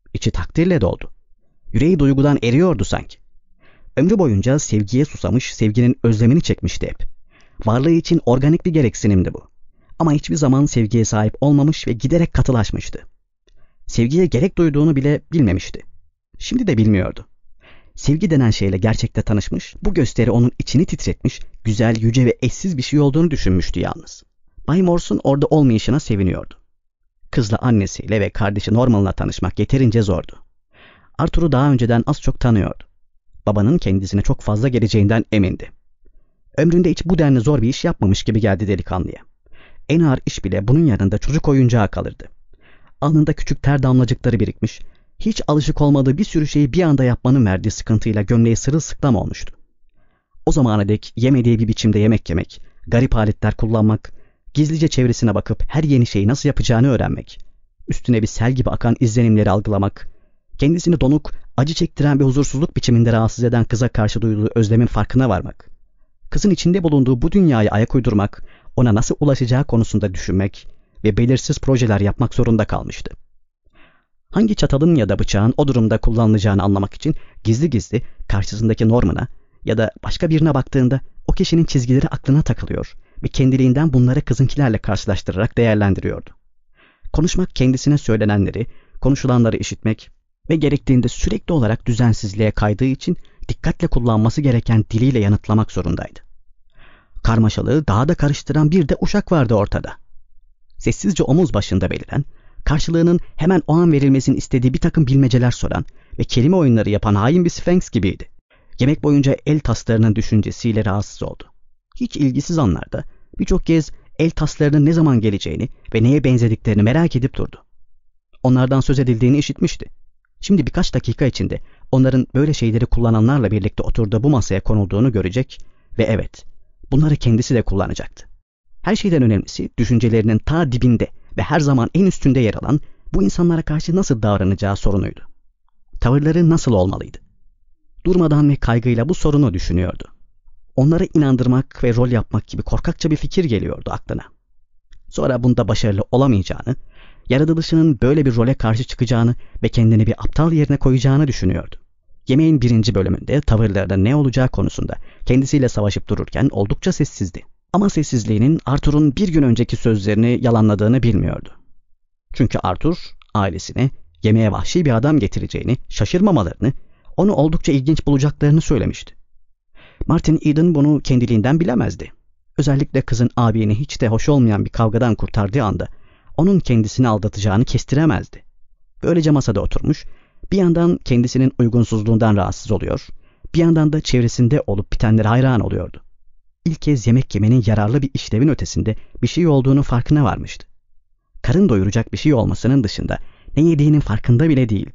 İçi takdirle doldu. Yüreği duygudan eriyordu sanki. Ömrü boyunca sevgiye susamış, sevginin özlemini çekmişti hep. Varlığı için organik bir gereksinimdi bu. Ama hiçbir zaman sevgiye sahip olmamış ve giderek katılaşmıştı. Sevgiye gerek duyduğunu bile bilmemişti. Şimdi de bilmiyordu. Sevgi denen şeyle gerçekte tanışmış, bu gösteri onun içini titretmiş, güzel, yüce ve eşsiz bir şey olduğunu düşünmüştü yalnız. Bay Morse'un orada olmayışına seviniyordu. Kızla annesiyle ve kardeşi Norman'la tanışmak yeterince zordu. Arthur'u daha önceden az çok tanıyordu. Babanın kendisine çok fazla geleceğinden emindi. Ömründe hiç bu denli zor bir iş yapmamış gibi geldi delikanlıya. En ağır iş bile bunun yanında çocuk oyuncağı kalırdı. Alnında küçük ter damlacıkları birikmiş, hiç alışık olmadığı bir sürü şeyi bir anda yapmanın verdiği sıkıntıyla gömleği sırılsıklam olmuştu. O zamana dek yemediği bir biçimde yemek yemek, garip aletler kullanmak, gizlice çevresine bakıp her yeni şeyi nasıl yapacağını öğrenmek, üstüne bir sel gibi akan izlenimleri algılamak, kendisini donuk, acı çektiren bir huzursuzluk biçiminde rahatsız eden kıza karşı duyduğu özlemin farkına varmak, kızın içinde bulunduğu bu dünyaya ayak uydurmak, ona nasıl ulaşacağı konusunda düşünmek ve belirsiz projeler yapmak zorunda kalmıştı. Hangi çatalın ya da bıçağın o durumda kullanılacağını anlamak için gizli gizli karşısındaki Norman'a ya da başka birine baktığında o kişinin çizgileri aklına takılıyor ve kendiliğinden bunları kızınkilerle karşılaştırarak değerlendiriyordu. Konuşmak kendisine söylenenleri, konuşulanları işitmek ve gerektiğinde sürekli olarak düzensizliğe kaydığı için dikkatle kullanması gereken diliyle yanıtlamak zorundaydı. Karmaşalığı daha da karıştıran bir de uşak vardı ortada. Sessizce omuz başında beliren, karşılığının hemen o an verilmesini istediği bir takım bilmeceler soran ve kelime oyunları yapan hain bir Sphinx gibiydi. Yemek boyunca el taslarının düşüncesiyle rahatsız oldu. Hiç ilgisiz anlarda birçok kez el taslarının ne zaman geleceğini ve neye benzediklerini merak edip durdu. Onlardan söz edildiğini işitmişti. Şimdi birkaç dakika içinde onların böyle şeyleri kullananlarla birlikte oturduğu bu masaya konulduğunu görecek ve evet, bunları kendisi de kullanacaktı. Her şeyden önemlisi düşüncelerinin ta dibinde ve her zaman en üstünde yer alan bu insanlara karşı nasıl davranacağı sorunuydu. Tavırları nasıl olmalıydı? Durmadan ve kaygıyla bu sorunu düşünüyordu. Onları inandırmak ve rol yapmak gibi korkakça bir fikir geliyordu aklına. Sonra bunda başarılı olamayacağını, yaratılışının böyle bir role karşı çıkacağını ve kendini bir aptal yerine koyacağını düşünüyordu. Yemeğin 1. bölümünde tavırlarda ne olacağı konusunda kendisiyle savaşıp dururken oldukça sessizdi. Ama sessizliğinin Arthur'un bir gün önceki sözlerini yalanladığını bilmiyordu. Çünkü Arthur ailesine yemeğe vahşi bir adam getireceğini, şaşırmamalarını, onu oldukça ilginç bulacaklarını söylemişti. Martin Eden bunu kendiliğinden bilemezdi. Özellikle kızın abini hiç de hoş olmayan bir kavgadan kurtardığı anda onun kendisini aldatacağını kestiremezdi. Böylece masada oturmuş, bir yandan kendisinin uygunsuzluğundan rahatsız oluyor, bir yandan da çevresinde olup bitenlere hayran oluyordu. İlk kez yemek yemenin yararlı bir işlevin ötesinde bir şey olduğunu farkına varmıştı. Karın doyuracak bir şey olmasının dışında ne yediğinin farkında bile değildi.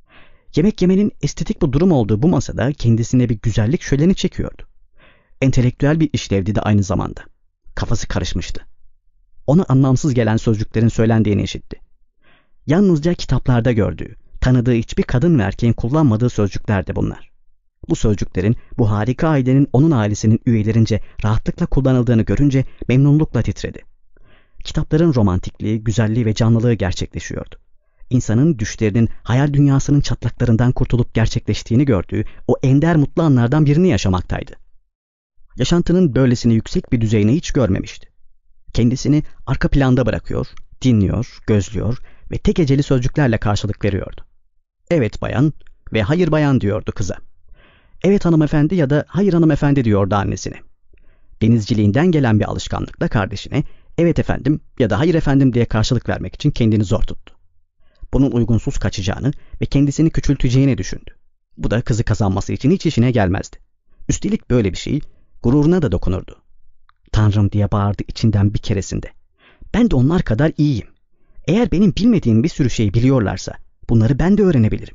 Yemek yemenin estetik bir durum olduğu bu masada kendisine bir güzellik şöleni çekiyordu. Entelektüel bir işlevdi de aynı zamanda. Kafası karışmıştı. Ona anlamsız gelen sözcüklerin söylendiğini işitti. Yalnızca kitaplarda gördüğü, tanıdığı hiçbir kadın ve erkeğin kullanmadığı sözcüklerdi bunlar. Bu sözcüklerin bu harika ailenin onun ailesinin üyelerince rahatlıkla kullanıldığını görünce memnunlukla titredi. Kitapların romantikliği, güzelliği ve canlılığı gerçekleşiyordu. İnsanın düşlerinin hayal dünyasının çatlaklarından kurtulup gerçekleştiğini gördüğü o ender mutlu anlardan birini yaşamaktaydı. Yaşantının böylesine yüksek bir düzeyini hiç görmemişti. Kendisini arka planda bırakıyor, dinliyor, gözlüyor ve tek heceli sözcüklerle karşılık veriyordu. Evet bayan ve hayır bayan diyordu kıza. Evet hanımefendi ya da hayır hanımefendi diyordu annesine. Denizciliğinden gelen bir alışkanlıkla kardeşine evet efendim ya da hayır efendim diye karşılık vermek için kendini zor tuttu. Bunun uygunsuz kaçacağını ve kendisini küçülteceğini düşündü. Bu da kızı kazanması için hiç işine gelmezdi. Üstelik böyle bir şey gururuna da dokunurdu. Tanrım diye bağırdı içinden bir keresinde. Ben de onlar kadar iyiyim. Eğer benim bilmediğim bir sürü şey biliyorlarsa bunları ben de öğrenebilirim.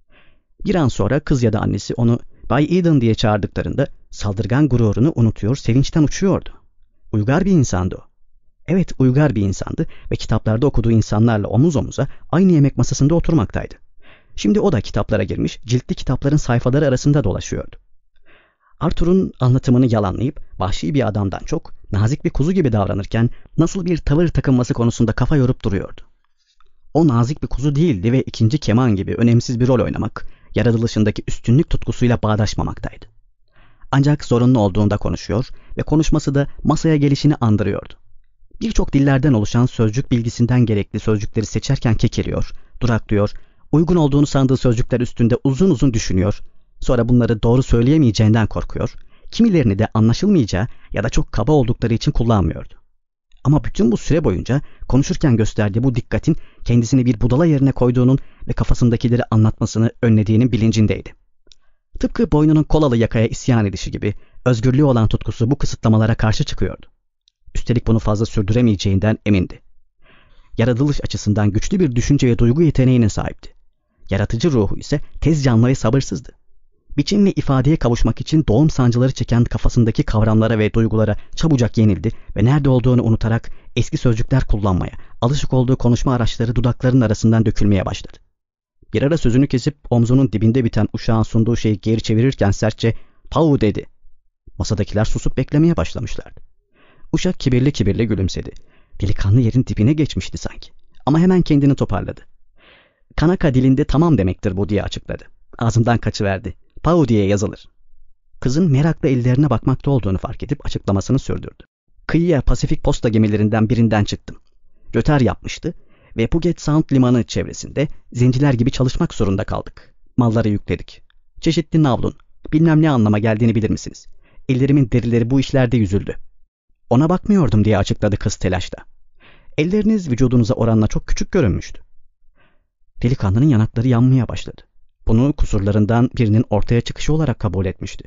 Bir an sonra kız ya da annesi onu Bay Eden diye çağırdıklarında saldırgan gururunu unutuyor, sevinçten uçuyordu. Uygar bir insandı o. Evet, uygar bir insandı ve kitaplarda okuduğu insanlarla omuz omuza aynı yemek masasında oturmaktaydı. Şimdi o da kitaplara girmiş, ciltli kitapların sayfaları arasında dolaşıyordu. Arthur'un anlatımını yalanlayıp vahşi bir adamdan çok nazik bir kuzu gibi davranırken nasıl bir tavır takınması konusunda kafa yorup duruyordu. O nazik bir kuzu değildi ve ikinci keman gibi önemsiz bir rol oynamak, yaratılışındaki üstünlük tutkusuyla bağdaşmamaktaydı. Ancak zorunlu olduğunda konuşuyor ve konuşması da masaya gelişini andırıyordu. Birçok dillerden oluşan sözcük bilgisinden gerekli sözcükleri seçerken kekeliyor, duraklıyor, uygun olduğunu sandığı sözcükler üstünde uzun uzun düşünüyor, sonra bunları doğru söyleyemeyeceğinden korkuyor, kimilerini de anlaşılmayacağı ya da çok kaba oldukları için kullanmıyordu. Ama bütün bu süre boyunca konuşurken gösterdiği bu dikkatin kendisini bir budala yerine koyduğunun ve kafasındakileri anlatmasını önlediğinin bilincindeydi. Tıpkı boynunun kolalı yakaya isyan edişi gibi özgürlüğü olan tutkusu bu kısıtlamalara karşı çıkıyordu. Üstelik bunu fazla sürdüremeyeceğinden emindi. Yaratılış açısından güçlü bir düşünce ve duygu yeteneğine sahipti. Yaratıcı ruhu ise tez canlı ve sabırsızdı. Biçim ve ifadeye kavuşmak için doğum sancıları çeken kafasındaki kavramlara ve duygulara çabucak yenildi ve nerede olduğunu unutarak eski sözcükler kullanmaya, alışık olduğu konuşma araçları dudaklarının arasından dökülmeye başladı. Bir ara sözünü kesip omzunun dibinde biten uşağın sunduğu şeyi geri çevirirken sertçe "Pau" dedi. Masadakiler susup beklemeye başlamışlardı. Uşak kibirli kibirli gülümsedi. Delikanlı yerin dibine geçmişti sanki. Ama hemen kendini toparladı. Kanaka dilinde tamam demektir bu diye açıkladı. Ağzımdan kaçıverdi. Pau diye yazılır. Kızın merakla ellerine bakmakta olduğunu fark edip açıklamasını sürdürdü. Kıyıya Pasifik posta gemilerinden birinden çıktım. Rötar yapmıştı ve Puget Sound limanı çevresinde zenciler gibi çalışmak zorunda kaldık. Malları yükledik. Çeşitli navlun, bilmem ne anlama geldiğini bilir misiniz? Ellerimin derileri bu işlerde yüzüldü. Ona bakmıyordum diye açıkladı kız telaşla. Elleriniz vücudunuza oranla çok küçük görünmüştü. Delikanlının yanakları yanmaya başladı. Bunu kusurlarından birinin ortaya çıkışı olarak kabul etmişti.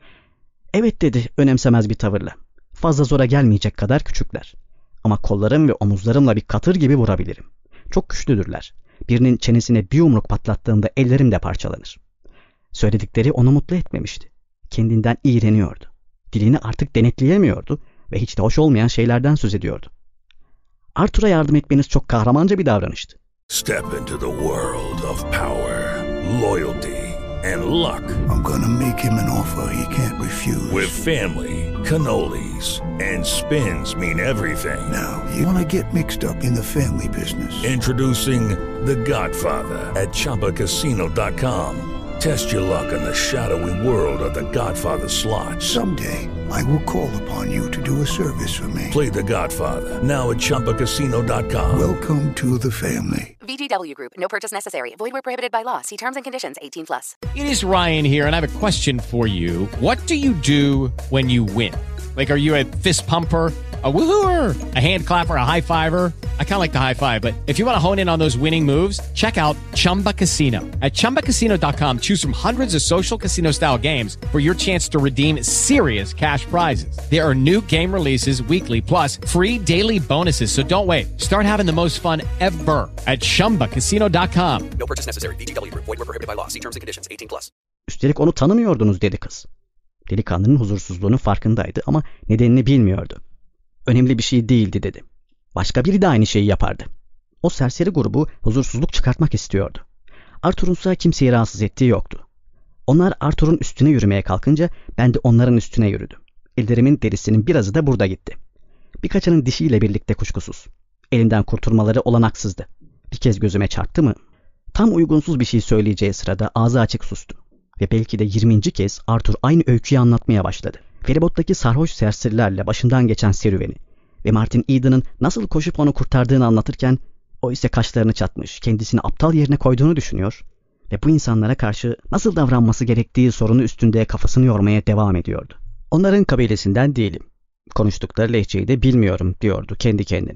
Evet dedi önemsemez bir tavırla. Fazla zora gelmeyecek kadar küçükler. Ama kollarım ve omuzlarımla bir katır gibi vurabilirim. Çok güçlüdürler. Birinin çenesine bir yumruk patlattığımda ellerim de parçalanır. Söyledikleri onu mutlu etmemişti. Kendinden iğreniyordu. Dilini artık denetleyemiyordu ve hiç de hoş olmayan şeylerden söz ediyordu. Arthur'a yardım etmeniz çok kahramanca bir davranıştı. Step into the world of power, loyalty, and luck. I'm gonna make him an offer he can't refuse. With family, cannolis, and spins mean everything. Now, you wanna get mixed up in the family business. Introducing The Godfather at ChumbaCasino.com. Test your luck in the shadowy world of The Godfather slot. Someday, I will call upon you to do a service for me. Play The Godfather, now at ChumbaCasino.com. Welcome to the family. VGW Group. No purchase necessary. Void where prohibited by law. See terms and conditions. 18+. It is Ryan here, and I have a question for you. What do you do when you win? Like, are you a fist pumper, a woohooer, a hand clapper, a high fiver? I kind of like the high five, but if you want to hone in on those winning moves, check out Chumba Casino. At ChumbaCasino.com, choose from hundreds of social casino-style games for your chance to redeem serious cash prizes. There are new game releases weekly, plus free daily bonuses, so don't wait. Start having the most fun ever at ChumbaCasino.com. No purchase necessary. VGW Group. Void where prohibited by law. See terms and conditions. 18+. Üstelik onu tanımıyordunuz dedi kız. Delikanlının huzursuzluğunun farkındaydı ama nedenini bilmiyordu. Önemli bir şey değildi dedi. Başka biri de aynı şeyi yapardı. O serseri grubu huzursuzluk çıkartmak istiyordu. Arthur'unsa kimseyi rahatsız ettiği yoktu. Onlar Arthur'un üstüne yürümeye kalkınca ben de onların üstüne yürüdüm. Ellerimin derisinin birazı da burada gitti. Birkaçının dişiyle birlikte kuşkusuz. Elinden kurtulmaları olanaksızdı. Bir kez gözüme çarptı mı? Tam uygunsuz bir şey söyleyeceği sırada ağzı açık sustu. Ve belki de 20. kez Arthur aynı öyküyü anlatmaya başladı. Feribottaki sarhoş serserilerle başından geçen serüveni ve Martin Eden'ın nasıl koşup onu kurtardığını anlatırken o ise kaşlarını çatmış, kendisini aptal yerine koyduğunu düşünüyor ve bu insanlara karşı nasıl davranması gerektiği sorunu üstünde kafasını yormaya devam ediyordu. Onların kabilesinden değilim. Konuştukları lehçeyi de bilmiyorum diyordu kendi kendine.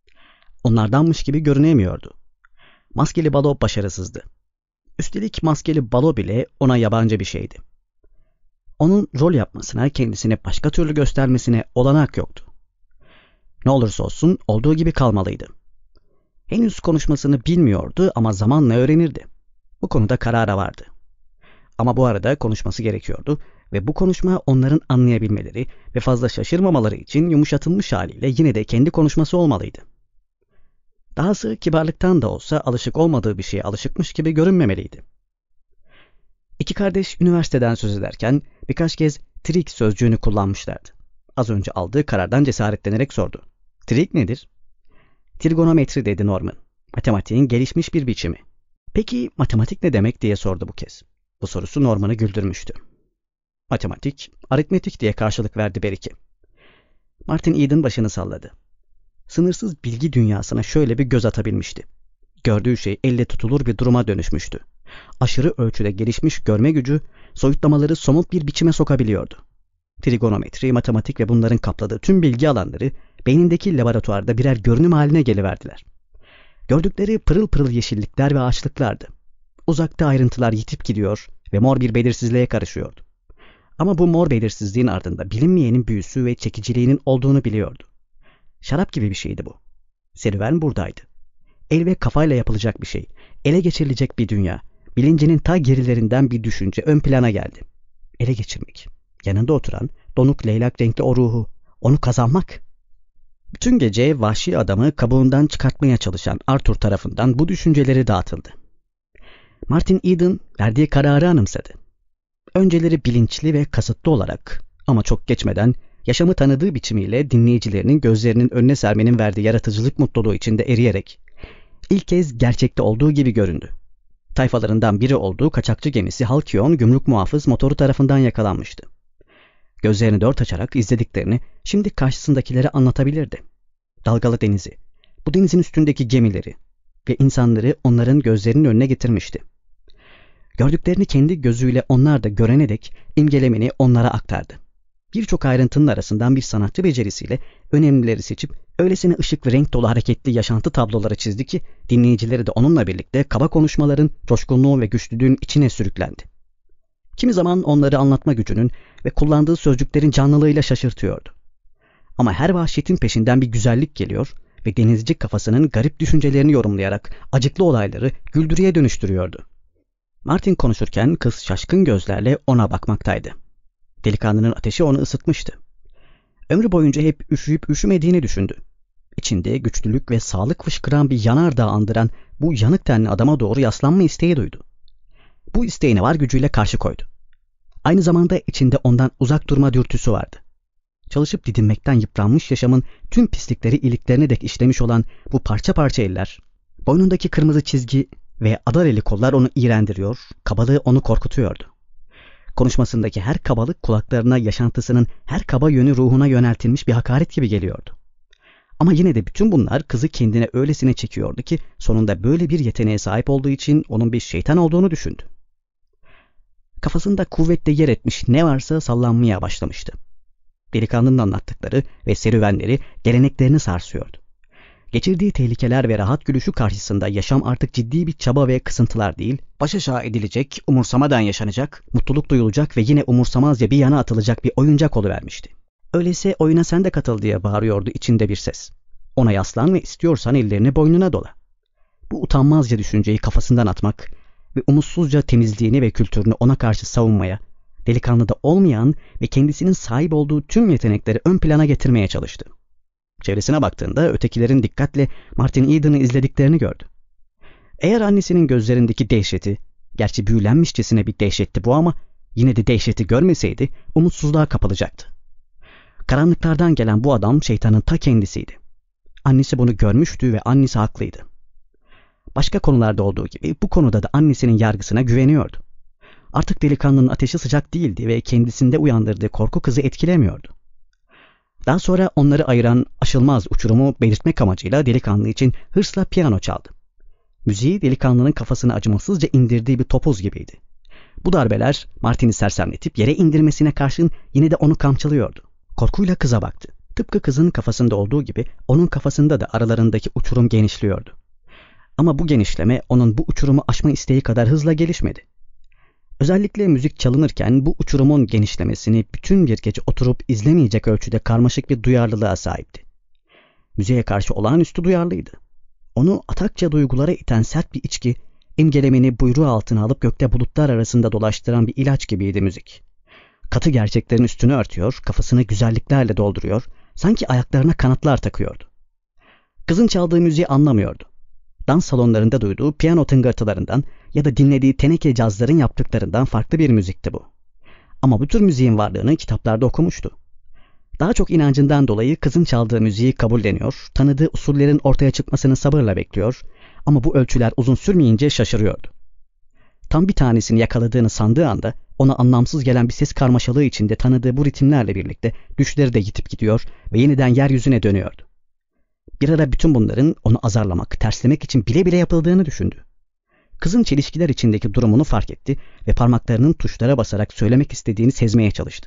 Onlardanmış gibi görünemiyordu. Maskeli balo başarısızdı. Üstelik maskeli balo bile ona yabancı bir şeydi. Onun rol yapmasına, kendisini başka türlü göstermesine olanak yoktu. Ne olursa olsun olduğu gibi kalmalıydı. Henüz konuşmasını bilmiyordu ama zamanla öğrenirdi. Bu konuda karara vardı. Ama bu arada konuşması gerekiyordu ve bu konuşma onların anlayabilmeleri ve fazla şaşırmamaları için yumuşatılmış haliyle yine de kendi konuşması olmalıydı. Dahası kibarlıktan da olsa alışık olmadığı bir şeye alışıkmış gibi görünmemeliydi. İki kardeş üniversiteden söz ederken birkaç kez trik sözcüğünü kullanmışlardı. Az önce aldığı karardan cesaretlenerek sordu. Trik nedir? Trigonometri dedi Norman. Matematiğin gelişmiş bir biçimi. Peki matematik ne demek diye sordu bu kez. Bu sorusu Norman'ı güldürmüştü. Matematik, aritmetik diye karşılık verdi Beriki. Martin Eden başını salladı. Sınırsız bilgi dünyasına şöyle bir göz atabilmişti. Gördüğü şey elle tutulur bir duruma dönüşmüştü. Aşırı ölçüde gelişmiş görme gücü, soyutlamaları somut bir biçime sokabiliyordu. Trigonometri, matematik ve bunların kapladığı tüm bilgi alanları beynindeki laboratuvarda birer görünüm haline geliverdiler. Gördükleri pırıl pırıl yeşillikler ve ağaçlıklardı. Uzakta ayrıntılar yitip gidiyor ve mor bir belirsizliğe karışıyordu. Ama bu mor belirsizliğin ardında bilinmeyenin büyüsü ve çekiciliğinin olduğunu biliyordu. Şarap gibi bir şeydi bu. Serüven buradaydı. El ve kafayla yapılacak bir şey, ele geçirilecek bir dünya, bilincinin ta gerilerinden bir düşünce ön plana geldi. Ele geçirmek, yanında oturan, donuk leylak renkli o ruhu, onu kazanmak. Bütün gece vahşi adamı kabuğundan çıkartmaya çalışan Arthur tarafından bu düşünceleri dağıtıldı. Martin Eden verdiği kararı anımsadı. Önceleri bilinçli ve kasıtlı olarak ama çok geçmeden yaşamı tanıdığı biçimiyle dinleyicilerinin gözlerinin önüne sermenin verdiği yaratıcılık mutluluğu içinde eriyerek ilk kez gerçekte olduğu gibi göründü. Tayfalarından biri olduğu kaçakçı gemisi Halcyon gümrük muhafız motoru tarafından yakalanmıştı. Gözlerini dört açarak izlediklerini şimdi karşısındakilere anlatabilirdi. Dalgalı denizi, bu denizin üstündeki gemileri ve insanları onların gözlerinin önüne getirmişti. Gördüklerini kendi gözüyle onlar da görene dek imgelemini onlara aktardı. Birçok ayrıntının arasından bir sanatçı becerisiyle önemlileri seçip öylesine ışık ve renk dolu hareketli yaşantı tabloları çizdi ki dinleyicileri de onunla birlikte kaba konuşmaların, coşkunluğun ve güçlülüğün içine sürüklendi. Kimi zaman onları anlatma gücünün ve kullandığı sözcüklerin canlılığıyla şaşırtıyordu. Ama her vahşetin peşinden bir güzellik geliyor ve denizci kafasının garip düşüncelerini yorumlayarak acıklı olayları güldürüye dönüştürüyordu. Martin konuşurken kız şaşkın gözlerle ona bakmaktaydı. Delikanlının ateşi onu ısıtmıştı. Ömrü boyunca hep üşüyüp üşümediğini düşündü. İçinde güçlülük ve sağlık fışkıran bir yanardağ andıran bu yanık tenli adama doğru yaslanma isteği duydu. Bu isteğine var gücüyle karşı koydu. Aynı zamanda içinde ondan uzak durma dürtüsü vardı. Çalışıp didinmekten yıpranmış yaşamın tüm pislikleri iliklerine dek işlemiş olan bu parça parça eller, boynundaki kırmızı çizgi ve adareli kollar onu iğrendiriyor, kabalığı onu korkutuyordu. Konuşmasındaki her kabalık kulaklarına yaşantısının her kaba yönü ruhuna yöneltilmiş bir hakaret gibi geliyordu. Ama yine de bütün bunlar kızı kendine öylesine çekiyordu ki sonunda böyle bir yeteneğe sahip olduğu için onun bir şeytan olduğunu düşündü. Kafasında kuvvetle yer etmiş ne varsa sallanmaya başlamıştı. Delikanlının anlattıkları ve serüvenleri geleneklerini sarsıyordu. Geçirdiği tehlikeler ve rahat gülüşü karşısında yaşam artık ciddi bir çaba ve kısıntılar değil, baş aşağı edilecek, umursamadan yaşanacak, mutluluk duyulacak ve yine umursamazca bir yana atılacak bir oyuncak oluvermişti. Öyleyse oyuna sen de katıl diye bağırıyordu içinde bir ses. Ona yaslan ve istiyorsan ellerini boynuna dola. Bu utanmazca düşünceyi kafasından atmak ve umutsuzca temizliğini ve kültürünü ona karşı savunmaya, delikanlıda olmayan ve kendisinin sahip olduğu tüm yetenekleri ön plana getirmeye çalıştı. Çevresine baktığında ötekilerin dikkatle Martin Eden'ı izlediklerini gördü. Eğer annesinin gözlerindeki dehşeti, gerçi büyülenmişçesine bir dehşetti bu ama yine de dehşeti görmeseydi umutsuzluğa kapılacaktı. Karanlıklardan gelen bu adam şeytanın ta kendisiydi. Annesi bunu görmüştü ve annesi haklıydı. Başka konularda olduğu gibi bu konuda da annesinin yargısına güveniyordu. Artık delikanlının ateşi sıcak değildi ve kendisinde uyandırdığı korku kızı etkilemiyordu. Daha sonra onları ayıran aşılmaz uçurumu belirtmek amacıyla delikanlı için hırsla piyano çaldı. Müziği delikanlının kafasına acımasızca indirdiği bir topuz gibiydi. Bu darbeler Martin'i sersemletip yere indirmesine karşın yine de onu kamçılıyordu. Korkuyla kıza baktı. Tıpkı kızın kafasında olduğu gibi onun kafasında da aralarındaki uçurum genişliyordu. Ama bu genişleme onun bu uçurumu aşma isteği kadar hızla gelişmedi. Özellikle müzik çalınırken bu uçurumun genişlemesini bütün bir gece oturup izlemeyecek ölçüde karmaşık bir duyarlılığa sahipti. Müziğe karşı olağanüstü duyarlıydı. Onu atakça duygulara iten sert bir içki, imgelemini buyruğu altına alıp gökte bulutlar arasında dolaştıran bir ilaç gibiydi müzik. Katı gerçeklerin üstünü örtüyor, kafasını güzelliklerle dolduruyor, sanki ayaklarına kanatlar takıyordu. Kızın çaldığı müziği anlamıyordu. Dans salonlarında duyduğu piyano tıngırtılarından ya da dinlediği teneke cazların yaptıklarından farklı bir müzikti bu. Ama bu tür müziğin varlığını kitaplarda okumuştu. Daha çok inancından dolayı kızın çaldığı müziği kabulleniyor, tanıdığı usullerin ortaya çıkmasını sabırla bekliyor, ama bu ölçüler uzun sürmeyince şaşırıyordu. Tam bir tanesini yakaladığını sandığı anda ona anlamsız gelen bir ses karmaşalığı içinde tanıdığı bu ritimlerle birlikte düşleri de yitip gidiyor ve yeniden yeryüzüne dönüyordu. Bir ara bütün bunların onu azarlamak, terslemek için bile bile yapıldığını düşündü. Kızın çelişkiler içindeki durumunu fark etti ve parmaklarının tuşlara basarak söylemek istediğini sezmeye çalıştı.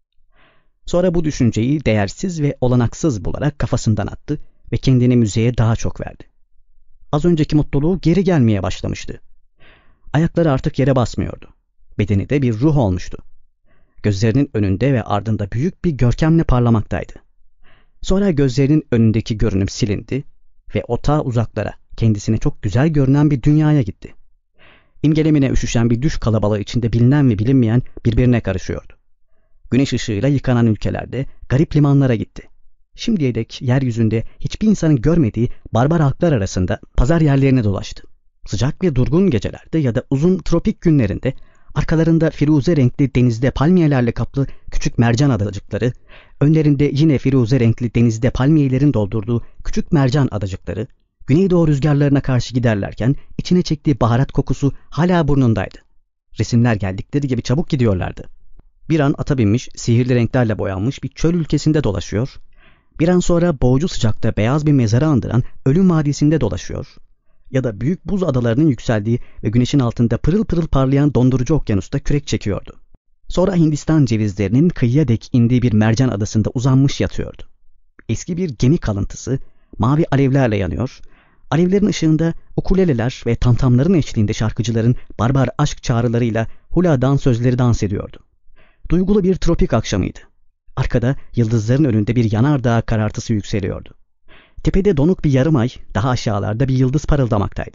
Sonra bu düşünceyi değersiz ve olanaksız bularak kafasından attı ve kendini müziğe daha çok verdi. Az önceki mutluluğu geri gelmeye başlamıştı. Ayakları artık yere basmıyordu. Bedeni de bir ruh olmuştu. Gözlerinin önünde ve ardında büyük bir görkemle parlamaktaydı. Sonra gözlerinin önündeki görünüm silindi ve o ta uzaklara, kendisine çok güzel görünen bir dünyaya gitti. İmgelemine üşüşen bir düş kalabalığı içinde bilinen ve bilinmeyen birbirine karışıyordu. Güneş ışığıyla yıkanan ülkelerde garip limanlara gitti. Şimdiye dek yeryüzünde hiçbir insanın görmediği barbar halklar arasında pazar yerlerine dolaştı. Sıcak ve durgun gecelerde ya da uzun tropik günlerinde arkalarında firuze renkli denizde palmiyelerle kaplı küçük mercan adacıkları, önlerinde yine firuze renkli denizde palmiyelerin doldurduğu küçük mercan adacıkları, güneydoğu rüzgarlarına karşı giderlerken içine çektiği baharat kokusu hala burnundaydı. Resimler geldikleri gibi çabuk gidiyorlardı. Bir an ata binmiş, sihirli renklerle boyanmış bir çöl ülkesinde dolaşıyor, bir an sonra boğucu sıcakta beyaz bir mezarı andıran ölüm vadisinde dolaşıyor ya da büyük buz adalarının yükseldiği ve güneşin altında pırıl pırıl parlayan dondurucu okyanusta kürek çekiyordu. Sonra Hindistan cevizlerinin kıyıya dek indiği bir mercan adasında uzanmış yatıyordu. Eski bir gemi kalıntısı mavi alevlerle yanıyor, alevlerin ışığında ukuleleler ve tamtamların eşliğinde şarkıcıların barbar aşk çağrılarıyla hula dans sözleri dans ediyordu. Duygulu bir tropik akşamıydı. Arkada yıldızların önünde bir yanardağ karartısı yükseliyordu. Tepede donuk bir yarım ay, daha aşağılarda bir yıldız parıldamaktaydı.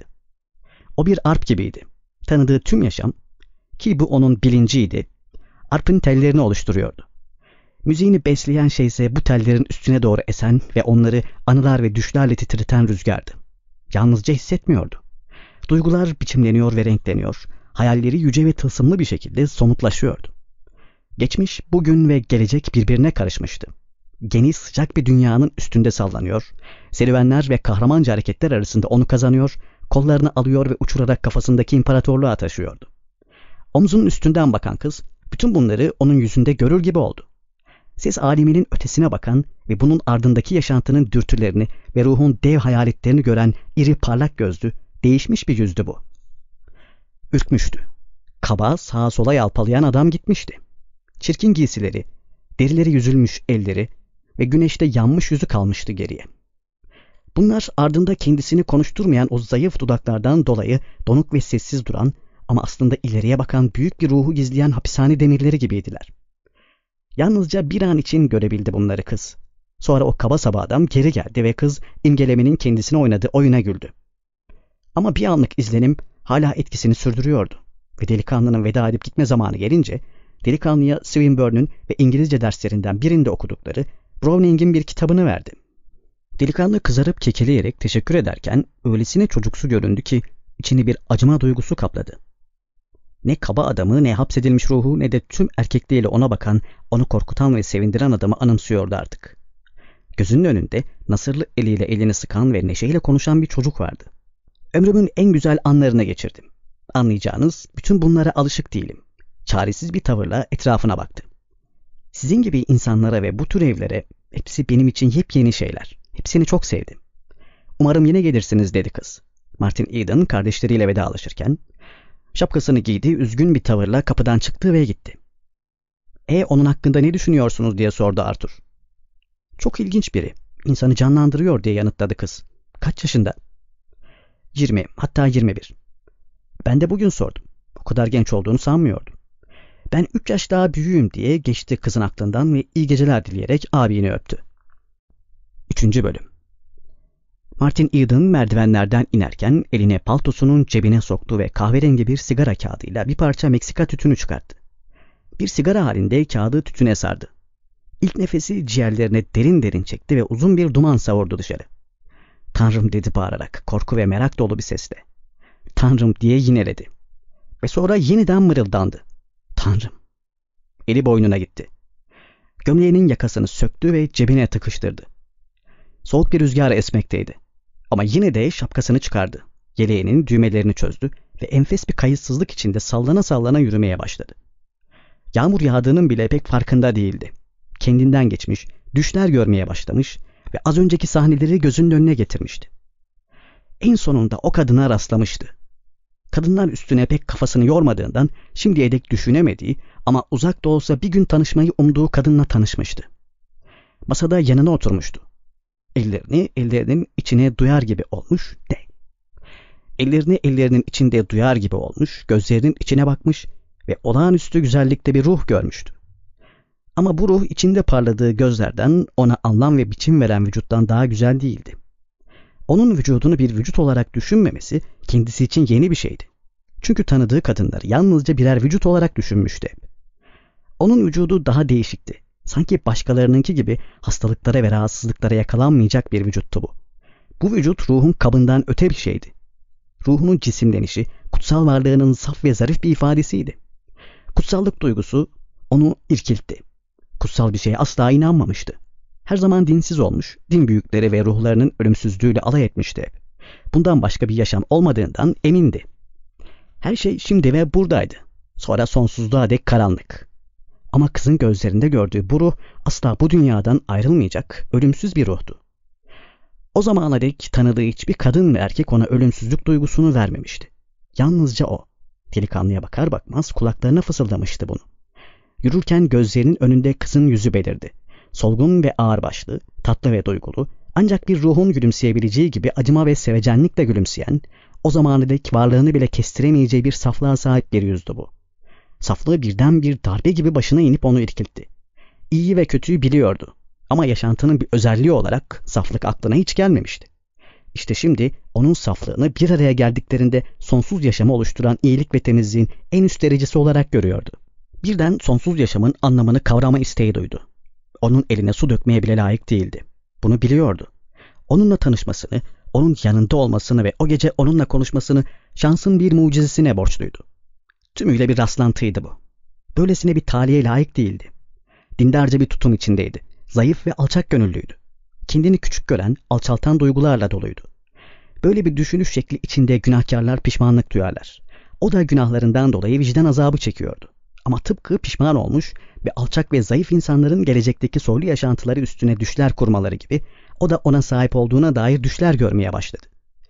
O bir arp gibiydi. Tanıdığı tüm yaşam, ki bu onun bilinciydi, arpın tellerini oluşturuyordu. Müziğini besleyen şeyse bu tellerin üstüne doğru esen ve onları anılar ve düşlerle titreten rüzgardı. Yalnızca hissetmiyordu. Duygular biçimleniyor ve renkleniyor, hayalleri yüce ve tılsımlı bir şekilde somutlaşıyordu. Geçmiş, bugün ve gelecek birbirine karışmıştı. Geniş sıcak bir dünyanın üstünde sallanıyor, serüvenler ve kahramanca hareketler arasında onu kazanıyor, kollarını alıyor ve uçurarak kafasındaki imparatorluğa taşıyordu. Omzunun üstünden bakan kız, bütün bunları onun yüzünde görür gibi oldu. Ses aleminin ötesine bakan ve bunun ardındaki yaşantının dürtülerini ve ruhun dev hayaletlerini gören iri parlak gözlü, değişmiş bir yüzdü bu. Ürkmüştü. Kaba sağa sola yalpalayan adam gitmişti. Çirkin giysileri, derileri yüzülmüş elleri ve güneşte yanmış yüzü kalmıştı geriye. Bunlar ardında kendisini konuşturmayan o zayıf dudaklardan dolayı donuk ve sessiz duran ama aslında ileriye bakan büyük bir ruhu gizleyen hapishane demirleri gibiydiler. Yalnızca bir an için görebildi bunları kız. Sonra o kaba saba adam geri geldi ve kız imgelemenin kendisine oynadığı oyuna güldü. Ama bir anlık izlenim hala etkisini sürdürüyordu ve delikanlının veda edip gitme zamanı gelince delikanlıya Swinburne'ün ve İngilizce derslerinden birinde okudukları Browning'in bir kitabını verdi. Delikanlı kızarıp kekeleyerek teşekkür ederken öylesine çocuksu göründü ki içini bir acıma duygusu kapladı. Ne kaba adamı, ne hapsedilmiş ruhu, ne de tüm erkekliğiyle ona bakan, onu korkutan ve sevindiren adamı anımsıyordu artık. Gözünün önünde nasırlı eliyle elini sıkan ve neşeyle konuşan bir çocuk vardı. Ömrümün en güzel anlarını geçirdim. Anlayacağınız, bütün bunlara alışık değilim. Çaresiz bir tavırla etrafına baktı. Sizin gibi insanlara ve bu tür evlere hepsi benim için yepyeni şeyler. Hepsini çok sevdim. Umarım yine gelirsiniz dedi kız. Martin Eden kardeşleriyle vedalaşırken şapkasını giydi, üzgün bir tavırla kapıdan çıktı ve gitti. Onun hakkında ne düşünüyorsunuz diye sordu Arthur. Çok ilginç biri. İnsanı canlandırıyor diye yanıtladı kız. Kaç yaşında? 20, hatta 21. Ben de bugün sordum. O kadar genç olduğunu sanmıyordum. Ben 3 yaş daha büyüğüm diye geçti kızın aklından ve iyi geceler dileyerek abini öptü. 3. Bölüm. Martin Eden merdivenlerden inerken eline paltosunun cebine soktu ve kahverengi bir sigara kağıdıyla bir parça Meksika tütünü çıkarttı. Bir sigara halinde kağıdı tütüne sardı. İlk nefesi ciğerlerine derin derin çekti ve uzun bir duman savurdu dışarı. Tanrım dedi bağırarak, korku ve merak dolu bir sesle. Tanrım diye yineledi. Ve sonra yeniden mırıldandı. Tanrım. Eli boynuna gitti. Gömleğinin yakasını söktü ve cebine tıkıştırdı. Soğuk bir rüzgar esmekteydi. Ama yine de şapkasını çıkardı. Yeleğinin düğmelerini çözdü ve enfes bir kayıtsızlık içinde sallana sallana yürümeye başladı. Yağmur yağdığının bile pek farkında değildi. Kendinden geçmiş, düşler görmeye başlamış ve az önceki sahneleri gözünün önüne getirmişti. En sonunda o kadına rastlamıştı. Kadınlar üstüne pek kafasını yormadığından şimdiye dek düşünemediği ama uzak da olsa bir gün tanışmayı umduğu kadınla tanışmıştı. Masada yanına oturmuştu. Ellerini ellerinin içine duyar gibi olmuş de. Ellerini ellerinin içinde duyar gibi olmuş, gözlerinin içine bakmış ve olağanüstü güzellikte bir ruh görmüştü. Ama bu ruh içinde parladığı gözlerden, ona anlam ve biçim veren vücuttan daha güzel değildi. Onun vücudunu bir vücut olarak düşünmemesi kendisi için yeni bir şeydi. Çünkü tanıdığı kadınları yalnızca birer vücut olarak düşünmüştü hep. Onun vücudu daha değişikti. Sanki başkalarınınki gibi hastalıklara ve rahatsızlıklara yakalanmayacak bir vücuttu bu. Bu vücut ruhun kabından öte bir şeydi. Ruhunun cisimlenişi, kutsal varlığının saf ve zarif bir ifadesiydi. Kutsallık duygusu onu irkiltti. Kutsal bir şeye asla inanmamıştı. Her zaman dinsiz olmuş, din büyükleri ve ruhlarının ölümsüzlüğüyle alay etmişti hep. Bundan başka bir yaşam olmadığından emindi. Her şey şimdi ve buradaydı. Sonra sonsuzluğa dek karanlık. Ama kızın gözlerinde gördüğü bu ruh asla bu dünyadan ayrılmayacak, ölümsüz bir ruhtu. O zamana dek tanıdığı hiçbir kadın ve erkek ona ölümsüzlük duygusunu vermemişti. Yalnızca o. Delikanlıya bakar bakmaz kulaklarına fısıldamıştı bunu. Yürürken gözlerinin önünde kızın yüzü belirdi. Solgun ve ağırbaşlı, tatlı ve duygulu, ancak bir ruhun gülümseyebileceği gibi acıma ve sevecenlikle gülümseyen, o zamana dek varlığını bile kestiremeyeceği bir saflığa sahip bir yüzdü bu. Saflığı birden bir darbe gibi başına inip onu irkiltti. İyi ve kötüyü biliyordu. Ama yaşantının bir özelliği olarak saflık aklına hiç gelmemişti. İşte şimdi onun saflığını bir araya geldiklerinde sonsuz yaşamı oluşturan iyilik ve temizliğin en üst derecesi olarak görüyordu. Birden sonsuz yaşamın anlamını kavrama isteği duydu. Onun eline su dökmeye bile layık değildi. Bunu biliyordu. Onunla tanışmasını, onun yanında olmasını ve o gece onunla konuşmasını şansın bir mucizesine borçluydu. Tümüyle bir rastlantıydı bu. Böylesine bir talihe layık değildi. Dindarca bir tutum içindeydi. Zayıf ve alçak gönüllüydü. Kendini küçük gören, alçaltan duygularla doluydu. Böyle bir düşünüş şekli içinde günahkarlar pişmanlık duyarlar. O da günahlarından dolayı vicdan azabı çekiyordu. Ama tıpkı pişman olmuş ve alçak ve zayıf insanların gelecekteki soylu yaşantıları üstüne düşler kurmaları gibi o da ona sahip olduğuna dair düşler görmeye başladı.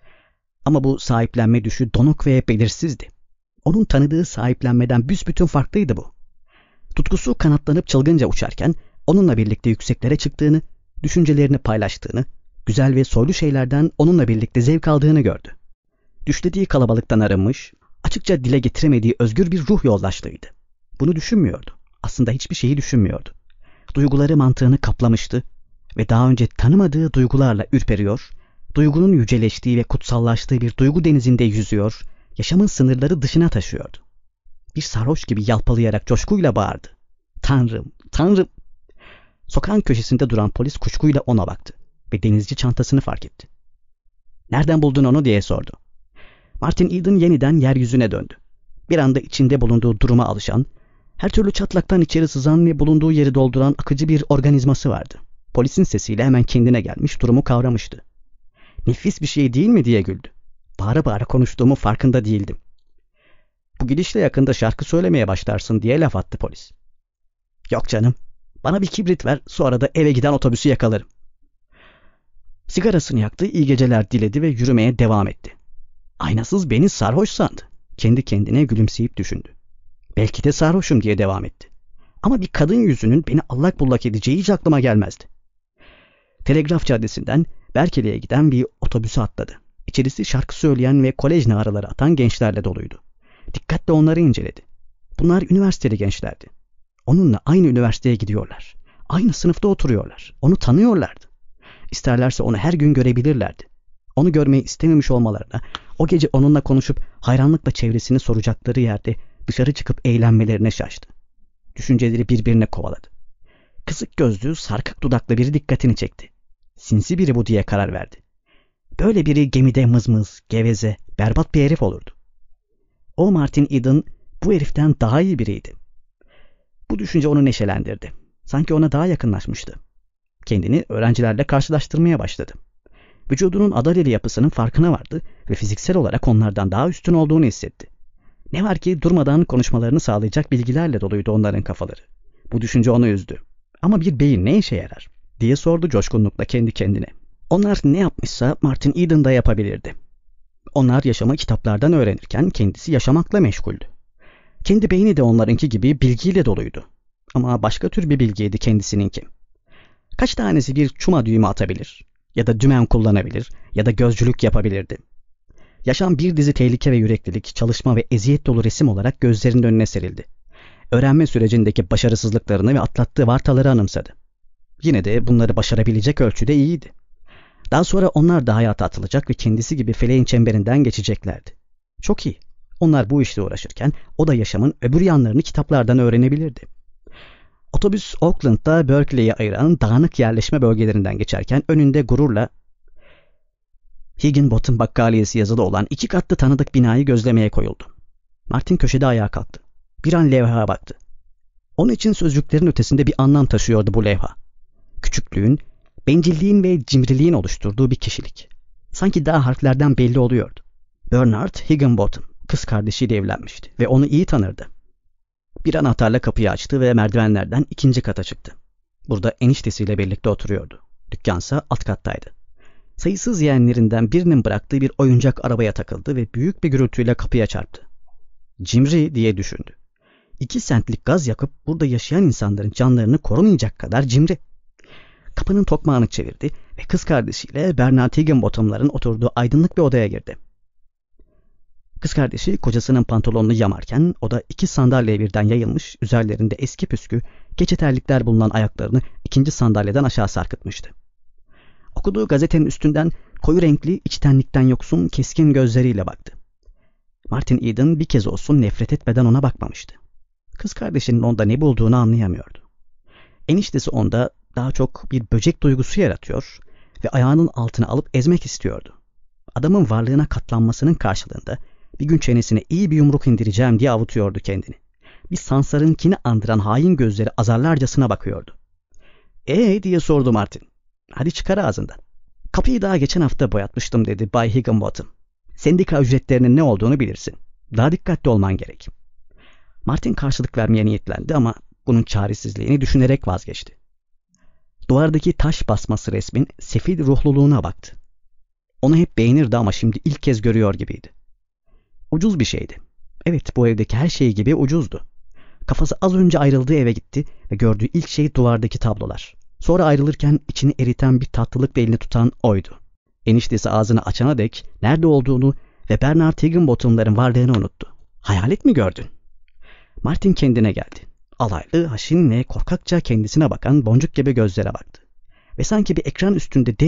Ama bu sahiplenme düşü donuk ve belirsizdi. Onun tanıdığı sahiplenmeden büsbütün farklıydı bu. Tutkusu kanatlanıp çılgınca uçarken onunla birlikte yükseklere çıktığını, düşüncelerini paylaştığını, güzel ve soylu şeylerden onunla birlikte zevk aldığını gördü. Düşlediği kalabalıktan arınmış, açıkça dile getiremediği özgür bir ruh yoldaşlığıydı. Bunu düşünmüyordu. Aslında hiçbir şeyi düşünmüyordu. Duyguları mantığını kaplamıştı ve daha önce tanımadığı duygularla ürperiyor, duygunun yüceleştiği ve kutsallaştığı bir duygu denizinde yüzüyor, yaşamın sınırları dışına taşıyordu. Bir sarhoş gibi yalpalayarak coşkuyla bağırdı. Tanrım, Tanrım! Sokağın köşesinde duran polis kuşkuyla ona baktı ve denizci çantasını fark etti. Nereden buldun onu diye sordu. Martin Eden yeniden yeryüzüne döndü. Bir anda içinde bulunduğu duruma alışan, her türlü çatlaktan içeri sızan ve bulunduğu yeri dolduran akıcı bir organizması vardı. Polisin sesiyle hemen kendine gelmiş, durumu kavramıştı. Nefis bir şey değil mi diye güldü. Bağıra bağıra konuştuğumu farkında değildim. Bu gidişle yakında şarkı söylemeye başlarsın diye laf attı polis. Yok canım, bana bir kibrit ver, sonra da eve giden otobüsü yakalarım. Sigarasını yaktı, iyi geceler diledi ve yürümeye devam etti. Aynasız beni sarhoş sandı. Kendi kendine gülümseyip düşündü. Belki de sarhoşum diye devam etti. Ama bir kadın yüzünün beni allak bullak edeceği hiç aklıma gelmezdi. Telegraf Caddesi'nden Berkeley'e giden bir otobüse atladı. İçerisi şarkı söyleyen ve kolej naraları atan gençlerle doluydu. Dikkatle onları inceledi. Bunlar üniversiteli gençlerdi. Onunla aynı üniversiteye gidiyorlar. Aynı sınıfta oturuyorlar. Onu tanıyorlardı. İsterlerse onu her gün görebilirlerdi. Onu görmeyi istememiş olmalarına, o gece onunla konuşup hayranlıkla çevresini soracakları yerde dışarı çıkıp eğlenmelerine şaştı. Düşünceleri birbirine kovaladı. Kısık gözlü, sarkık dudaklı biri dikkatini çekti. Sinsi biri bu diye karar verdi. Böyle biri gemide mızmız, geveze, berbat bir herif olurdu. O Martin Eden bu heriften daha iyi biriydi. Bu düşünce onu neşelendirdi. Sanki ona daha yakınlaşmıştı. Kendini öğrencilerle karşılaştırmaya başladı. Vücudunun adaleri yapısının farkına vardı ve fiziksel olarak onlardan daha üstün olduğunu hissetti. Ne var ki durmadan konuşmalarını sağlayacak bilgilerle doluydu onların kafaları. Bu düşünce onu üzdü. Ama bir beyin ne işe yarar diye sordu coşkunlukla kendi kendine. Onlar ne yapmışsa Martin Eden da yapabilirdi. Onlar yaşamı kitaplardan öğrenirken kendisi yaşamakla meşguldü. Kendi beyni de onlarınki gibi bilgiyle doluydu. Ama başka tür bir bilgiydi kendisininki. Kaç tanesi bir çuma düğümü atabilir ya da dümen kullanabilir ya da gözcülük yapabilirdi. Yaşam bir dizi tehlike ve yüreklilik, çalışma ve eziyet dolu resim olarak gözlerinin önüne serildi. Öğrenme sürecindeki başarısızlıklarını ve atlattığı vartaları anımsadı. Yine de bunları başarabilecek ölçüde iyiydi. Daha sonra onlar da hayata atılacak ve kendisi gibi feleğin çemberinden geçeceklerdi. Çok iyi. Onlar bu işle uğraşırken o da yaşamın öbür yanlarını kitaplardan öğrenebilirdi. Otobüs Oakland'da Berkeley'e ayıran dağınık yerleşme bölgelerinden geçerken önünde gururla Higginbottom Bakkaliyesi yazılı olan 2 katlı tanıdık binayı gözlemeye koyuldu. Martin köşede ayağa kalktı. Bir an levhaya baktı. Onun için sözcüklerin ötesinde bir anlam taşıyordu bu levha. Küçüklüğün, bencilliğin ve cimriliğin oluşturduğu bir kişilik. Sanki daha harflerden belli oluyordu. Bernard Higginbottom kız kardeşiyle evlenmişti ve onu iyi tanırdı. Bir anahtarla kapıyı açtı ve merdivenlerden 2. kata çıktı. Burada eniştesiyle birlikte oturuyordu. Dükkansa alt kattaydı. Sayısız yeğenlerinden birinin bıraktığı bir oyuncak arabaya takıldı ve büyük bir gürültüyle kapıya çarptı. Cimri diye düşündü. 2 sentlik gaz yakıp burada yaşayan insanların canlarını korumayacak kadar cimri. Kapının tokmağını çevirdi ve kız kardeşiyle Bernard Higginbottom'ların oturduğu aydınlık bir odaya girdi. Kız kardeşi kocasının pantolonunu yamarken o da 2 sandalye birden yayılmış, üzerlerinde eski püskü, keçe terlikler bulunan ayaklarını 2. sandalyeden aşağı sarkıtmıştı. Okuduğu gazetenin üstünden koyu renkli, içtenlikten yoksun, keskin gözleriyle baktı. Martin Eden bir kez olsun nefret etmeden ona bakmamıştı. Kız kardeşinin onda ne bulduğunu anlayamıyordu. Eniştesi onda daha çok bir böcek duygusu yaratıyor ve ayağının altına alıp ezmek istiyordu. Adamın varlığına katlanmasının karşılığında bir gün çenesine iyi bir yumruk indireceğim diye avutuyordu kendini. Bir sansarınkini andıran hain gözleri azarlarcasına bakıyordu. Diye sordu Martin. Hadi çıkar ağzından. Kapıyı daha geçen hafta boyatmıştım dedi Bay Higginbottom. Sendika ücretlerinin ne olduğunu bilirsin. Daha dikkatli olman gerek. Martin karşılık vermeye niyetlendi ama bunun çaresizliğini düşünerek vazgeçti. Duvardaki taş basması resmin sefil ruhluluğuna baktı. Onu hep beğenirdi ama şimdi ilk kez görüyor gibiydi. Ucuz bir şeydi. Evet, bu evdeki her şey gibi ucuzdu. Kafası az önce ayrıldığı eve gitti ve gördüğü ilk şey duvardaki tablolar. Sonra ayrılırken içini eriten bir tatlılıkla elini tutan oydu. Eniştesi ağzını açana dek nerede olduğunu ve Bernard Higginbottom'ların varlığını unuttu. Hayalet mi gördün? Martin kendine geldi. Alaylı, haşin ve korkakça kendisine bakan boncuk gibi gözlere baktı. Ve sanki bir ekran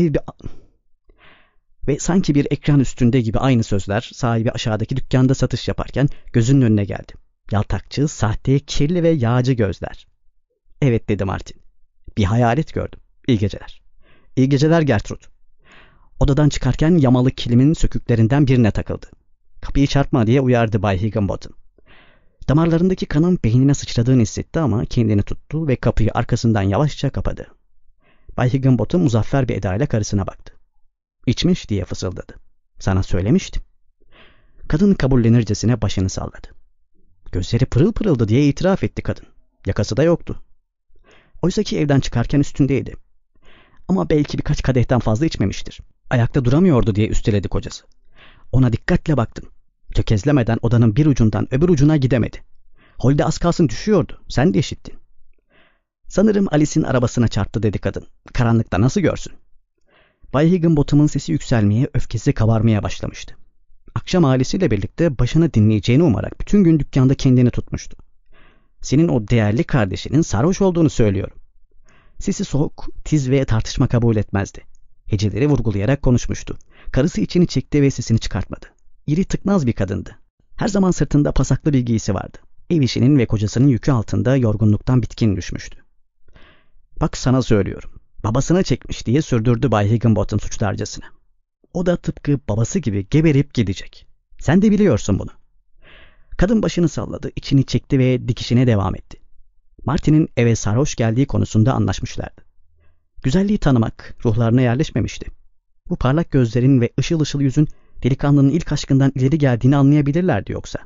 üstünde gibi aynı sözler sahibi aşağıdaki dükkanda satış yaparken gözünün önüne geldi. Yaltakçı, sahte, kirli ve yağcı gözler. Evet dedi Martin. Bir hayalet gördüm. İyi geceler. İyi geceler Gertrude. Odadan çıkarken yamalı kilimin söküklerinden birine takıldı. Kapıyı çarpma diye uyardı Bay Higginbottom. Damarlarındaki kanın beynine sıçradığını hissetti ama kendini tuttu ve kapıyı arkasından yavaşça kapadı. Bay Higginbottom muzaffer bir edayla karısına baktı. İçmiş diye fısıldadı. Sana söylemiştim. Kadın kabullenircesine başını salladı. Gözleri pırıl pırıldı diye itiraf etti kadın. Yakası da yoktu. Oysaki evden çıkarken üstündeydi. Ama belki birkaç kadehten fazla içmemiştir. Ayakta duramıyordu diye üsteledi kocası. Ona dikkatle baktım. Tökezlemeden odanın bir ucundan öbür ucuna gidemedi. Holde az kalsın düşüyordu. Sen de işittin. Sanırım Alice'in arabasına çarptı dedi kadın. Karanlıkta nasıl görsün? Bay Higginbottom'un sesi yükselmeye, öfkesi kabarmaya başlamıştı. Akşam ailesiyle birlikte başını dinleyeceğini umarak bütün gün dükkanda kendini tutmuştu. Senin o değerli kardeşinin sarhoş olduğunu söylüyorum. Sesi soğuk, tiz ve tartışma kabul etmezdi. Heceleri vurgulayarak konuşmuştu. Karısı içini çekti ve sesini çıkartmadı. İri tıknaz bir kadındı. Her zaman sırtında pasaklı bir giysi vardı. Ev işinin ve kocasının yükü altında yorgunluktan bitkin düşmüştü. Bak sana söylüyorum. Babasına çekmiş diye sürdürdü Bay Higginbottom suçlarcasına. O da tıpkı babası gibi geberip gidecek. Sen de biliyorsun bunu. Kadın başını salladı, içini çekti ve dikişine devam etti. Martin'in eve sarhoş geldiği konusunda anlaşmışlardı. Güzelliği tanımak ruhlarına yerleşmemişti. Bu parlak gözlerin ve ışıl ışıl yüzün delikanlının ilk aşkından ileri geldiğini anlayabilirlerdi yoksa.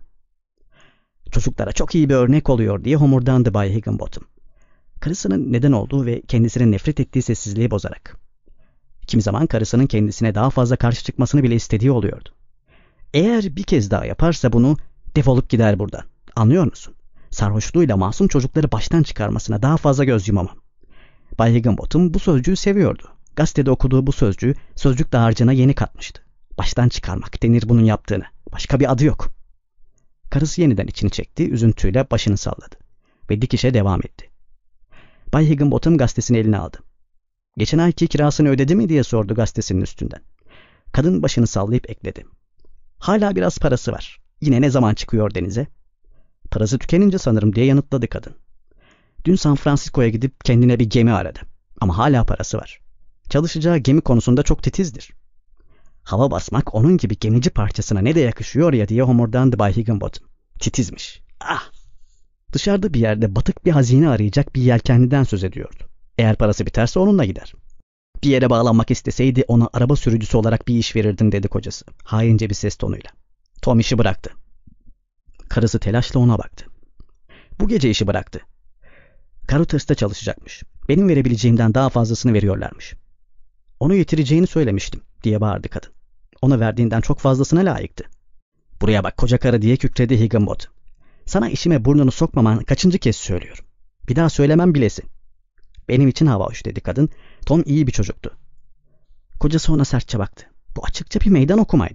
Çocuklara çok iyi bir örnek oluyor diye homurdandı Bay Higginbottom. Karısının neden olduğu ve kendisine nefret ettiği sessizliği bozarak. Kimi zaman karısının kendisine daha fazla karşı çıkmasını bile istediği oluyordu. Eğer bir kez daha yaparsa bunu defolup gider buradan. Anlıyor musun? Sarhoşluğuyla masum çocukları baştan çıkarmasına daha fazla göz yumamam. Bay Higginbottom bu sözcüğü seviyordu. Gazetede okuduğu bu sözcüğü sözcük dağarcığına yeni katmıştı. Baştan çıkarmak denir bunun yaptığını. Başka bir adı yok. Karısı yeniden içini çekti, üzüntüyle başını salladı ve dikişe devam etti. Bay Higginbottom gazetesini eline aldı. Geçen ayki kirasını ödedi mi diye sordu gazetesinin üstünden. Kadın başını sallayıp ekledi. Hala biraz parası var. Yine ne zaman çıkıyor denize? Parası tükenince sanırım diye yanıtladı kadın. Dün San Francisco'ya gidip kendine bir gemi aradı. Ama hala parası var. Çalışacağı gemi konusunda çok titizdir. Hava basmak onun gibi gemici parçasına ne de yakışıyor ya diye homurdandı Bay Higginbottom. Titizmiş. Ah! Dışarıda bir yerde batık bir hazine arayacak bir yelkenliden söz ediyordu. Eğer parası biterse onunla gider. Bir yere bağlanmak isteseydi ona araba sürücüsü olarak bir iş verirdim dedi kocası. Haince bir ses tonuyla. Tom işi bıraktı. Karısı telaşla ona baktı. Bu gece işi bıraktı. Caruthers'ta çalışacakmış. Benim verebileceğimden daha fazlasını veriyorlarmış. Onu getireceğini söylemiştim diye bağırdı kadın. Ona verdiğinden çok fazlasına layıktı. Buraya bak koca karı diye kükredi Higginbottom. Sana işime burnunu sokmaman kaçıncı kez söylüyorum. Bir daha söylemem bilesin. Benim için hava hoş dedi kadın. Tom iyi bir çocuktu. Kocası ona sertçe baktı. Bu açıkça bir meydan okumaydı.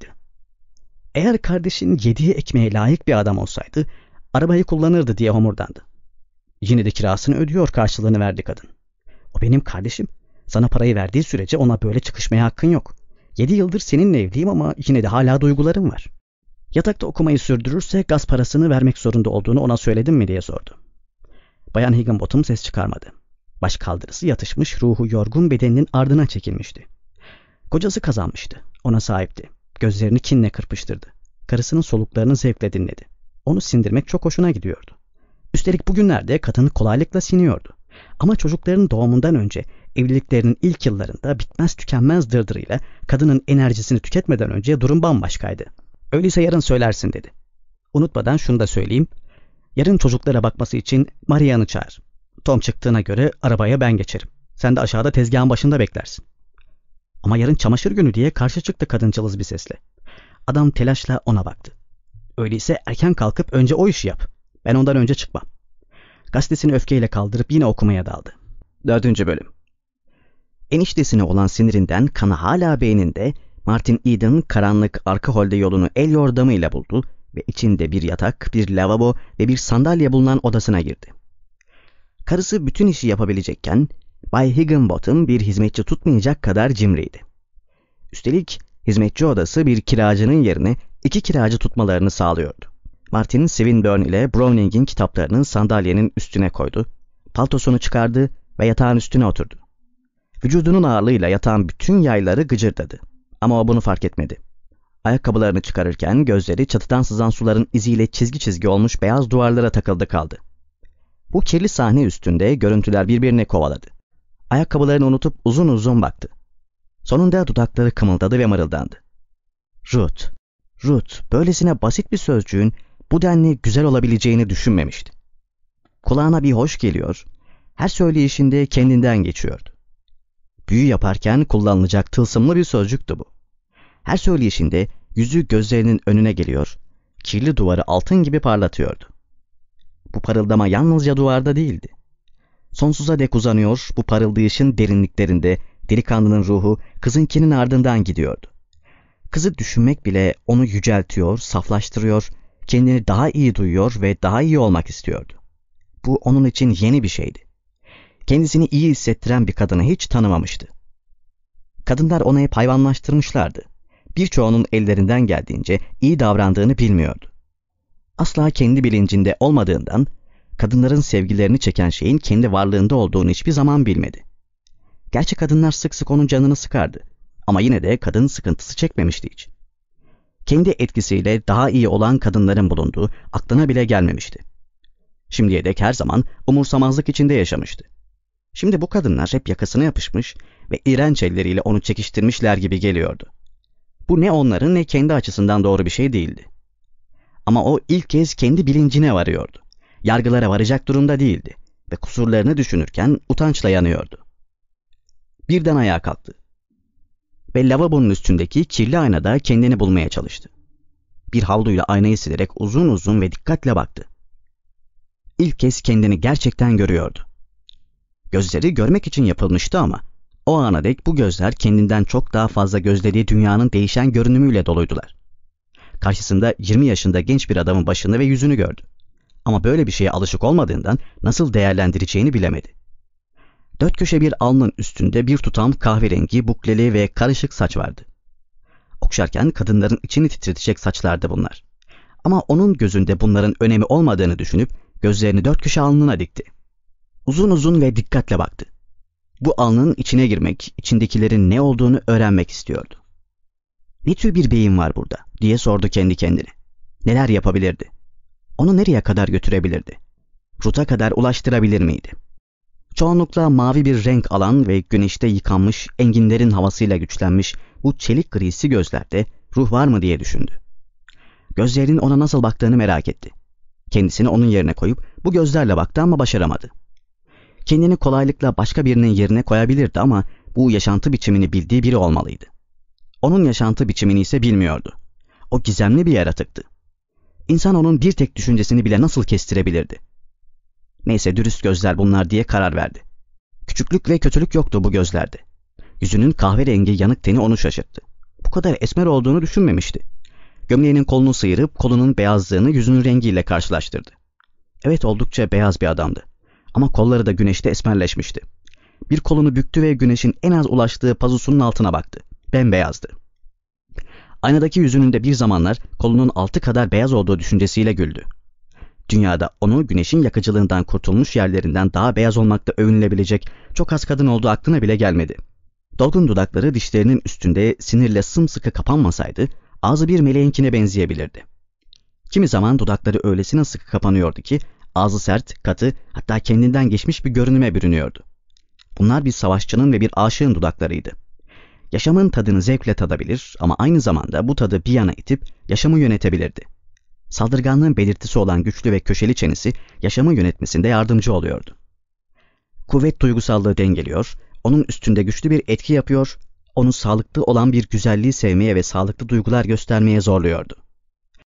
Eğer kardeşin yediği ekmeğe layık bir adam olsaydı arabayı kullanırdı diye homurdandı. Yine de kirasını ödüyor karşılığını verdi kadın. O benim kardeşim. Sana parayı verdiği sürece ona böyle çıkışmaya hakkın yok. 7 yıldır seninle evliyim ama yine de hala duygularım var. Yatakta okumayı sürdürürse gaz parasını vermek zorunda olduğunu ona söyledim mi diye sordu. Bayan Higginbottom ses çıkarmadı. Baş kaldırısı yatışmış, ruhu yorgun bedeninin ardına çekilmişti. Kocası kazanmıştı. Ona sahipti. Gözlerini kinle kırpıştırdı. Karısının soluklarını zevkle dinledi. Onu sindirmek çok hoşuna gidiyordu. Üstelik bugünlerde kadını kolaylıkla siniyordu. Ama çocukların doğumundan önce evliliklerinin ilk yıllarında bitmez tükenmez dırdırıyla kadının enerjisini tüketmeden önce durum bambaşkaydı. Öyleyse yarın söylersin dedi. Unutmadan şunu da söyleyeyim. Yarın çocuklara bakması için Marian'ı çağır. Tom çıktığına göre arabaya ben geçerim. Sen de aşağıda tezgahın başında beklersin. Ama yarın çamaşır günü diye karşı çıktı kadın cılız bir sesle. Adam telaşla ona baktı. Öyleyse erken kalkıp önce o işi yap. Ben ondan önce çıkmam. Gazetesini öfkeyle kaldırıp yine okumaya daldı. 4. bölüm. Eniştesine olan sinirinden kanı hala beyninde Martin Eden karanlık arka holde yolunu el yordamıyla buldu ve içinde bir yatak, bir lavabo ve bir sandalye bulunan odasına girdi. Karısı bütün işi yapabilecekken Bay Higginbottom bir hizmetçi tutmayacak kadar cimriydi. Üstelik hizmetçi odası bir kiracının yerine 2 kiracı tutmalarını sağlıyordu. Martin Swinburne ile Browning'in kitaplarını sandalyenin üstüne koydu, paltosunu çıkardı ve yatağın üstüne oturdu. Vücudunun ağırlığıyla yatağın bütün yayları gıcırdadı. Ama o bunu fark etmedi. Ayakkabılarını çıkarırken gözleri çatıdan sızan suların iziyle çizgi çizgi olmuş beyaz duvarlara takıldı kaldı. Bu kirli sahne üstünde görüntüler birbirine kovaladı. Ayakkabılarını unutup uzun uzun baktı. Sonunda dudakları kımıldadı ve mırıldandı. Ruth, böylesine basit bir sözcüğün bu denli güzel olabileceğini düşünmemişti. Kulağına bir hoş geliyor, her söyleyişinde kendinden geçiyordu. Büyü yaparken kullanılacak tılsımlı bir sözcüktü bu. Her söyleyişinde yüzü gözlerinin önüne geliyor, kirli duvarı altın gibi parlatıyordu. Bu parıldama yalnızca duvarda değildi. Sonsuza dek uzanıyor, bu parıldayışın derinliklerinde delikanlının ruhu kızınkinin ardından gidiyordu. Kızı düşünmek bile onu yüceltiyor, saflaştırıyor, kendini daha iyi duyuyor ve daha iyi olmak istiyordu. Bu onun için yeni bir şeydi. Kendisini iyi hissettiren bir kadını hiç tanımamıştı. Kadınlar onu hep hayvanlaştırmışlardı. Birçoğunun ellerinden geldiğince iyi davrandığını bilmiyordu. Asla kendi bilincinde olmadığından, kadınların sevgilerini çeken şeyin kendi varlığında olduğunu hiçbir zaman bilmedi. Gerçi kadınlar sık sık onun canını sıkardı. Ama yine de kadın sıkıntısı çekmemişti hiç. Kendi etkisiyle daha iyi olan kadınların bulunduğu aklına bile gelmemişti. Şimdiye dek her zaman umursamazlık içinde yaşamıştı. Şimdi bu kadınlar hep yakasına yapışmış ve iğrenç elleriyle onu çekiştirmişler gibi geliyordu. Bu ne onların ne kendi açısından doğru bir şey değildi. Ama o ilk kez kendi bilincine varıyordu. Yargılara varacak durumda değildi ve kusurlarını düşünürken utançla yanıyordu. Birden ayağa kalktı ve lavabonun üstündeki kirli aynada kendini bulmaya çalıştı. Bir havluyla aynayı silerek uzun uzun ve dikkatle baktı. İlk kez kendini gerçekten görüyordu. Gözleri görmek için yapılmıştı ama o ana dek bu gözler kendinden çok daha fazla gözlediği dünyanın değişen görünümüyle doluydular. Karşısında 20 yaşında genç bir adamın başını ve yüzünü gördü. Ama böyle bir şeye alışık olmadığından nasıl değerlendireceğini bilemedi. Dört köşe bir alnın üstünde bir tutam kahverengi, bukleli ve karışık saç vardı. Okşarken kadınların içini titretecek saçlardı bunlar. Ama onun gözünde bunların önemi olmadığını düşünüp gözlerini dört köşe alnına dikti. Uzun uzun ve dikkatle baktı. Bu alnın içine girmek, içindekilerin ne olduğunu öğrenmek istiyordu. Ne tür bir beyin var burada diye sordu kendi kendine. Neler yapabilirdi? Onu nereye kadar götürebilirdi? Ruta kadar ulaştırabilir miydi? Çoğunlukla mavi bir renk alan ve güneşte yıkanmış enginlerin havasıyla güçlenmiş bu çelik grisi gözlerde ruh var mı diye düşündü. Gözlerinin ona nasıl baktığını merak etti. Kendisini onun yerine koyup bu gözlerle baktı ama başaramadı. Kendini kolaylıkla başka birinin yerine koyabilirdi ama bu yaşantı biçimini bildiği biri olmalıydı. Onun yaşantı biçimini ise bilmiyordu. O gizemli bir yaratıktı. İnsan onun bir tek düşüncesini bile nasıl kestirebilirdi? Neyse dürüst gözler bunlar diye karar verdi. Küçüklük ve kötülük yoktu bu gözlerde. Yüzünün kahverengi yanık teni onu şaşırttı. Bu kadar esmer olduğunu düşünmemişti. Gömleğinin kolunu sıyırıp kolunun beyazlığını yüzünün rengiyle karşılaştırdı. Evet oldukça beyaz bir adamdı. Ama kolları da güneşte esmerleşmişti. Bir kolunu büktü ve güneşin en az ulaştığı pazusunun altına baktı. Bembeyazdı. Aynadaki yüzünün de bir zamanlar kolunun altı kadar beyaz olduğu düşüncesiyle güldü. Dünyada onu güneşin yakıcılığından kurtulmuş yerlerinden daha beyaz olmakta övünülebilecek çok az kadın olduğu aklına bile gelmedi. Dolgun dudakları dişlerinin üstünde sinirle sımsıkı kapanmasaydı ağzı bir meleğinkine benzeyebilirdi. Kimi zaman dudakları öylesine sıkı kapanıyordu ki ağzı sert, katı, hatta kendinden geçmiş bir görünüme bürünüyordu. Bunlar bir savaşçının ve bir aşığın dudaklarıydı. Yaşamın tadını zevkle tadabilir ama aynı zamanda bu tadı bir yana itip yaşamı yönetebilirdi. Saldırganlığın belirtisi olan güçlü ve köşeli çenesi yaşamı yönetmesinde yardımcı oluyordu. Kuvvet duygusallığı dengeliyor, onun üstünde güçlü bir etki yapıyor, onu sağlıklı olan bir güzelliği sevmeye ve sağlıklı duygular göstermeye zorluyordu.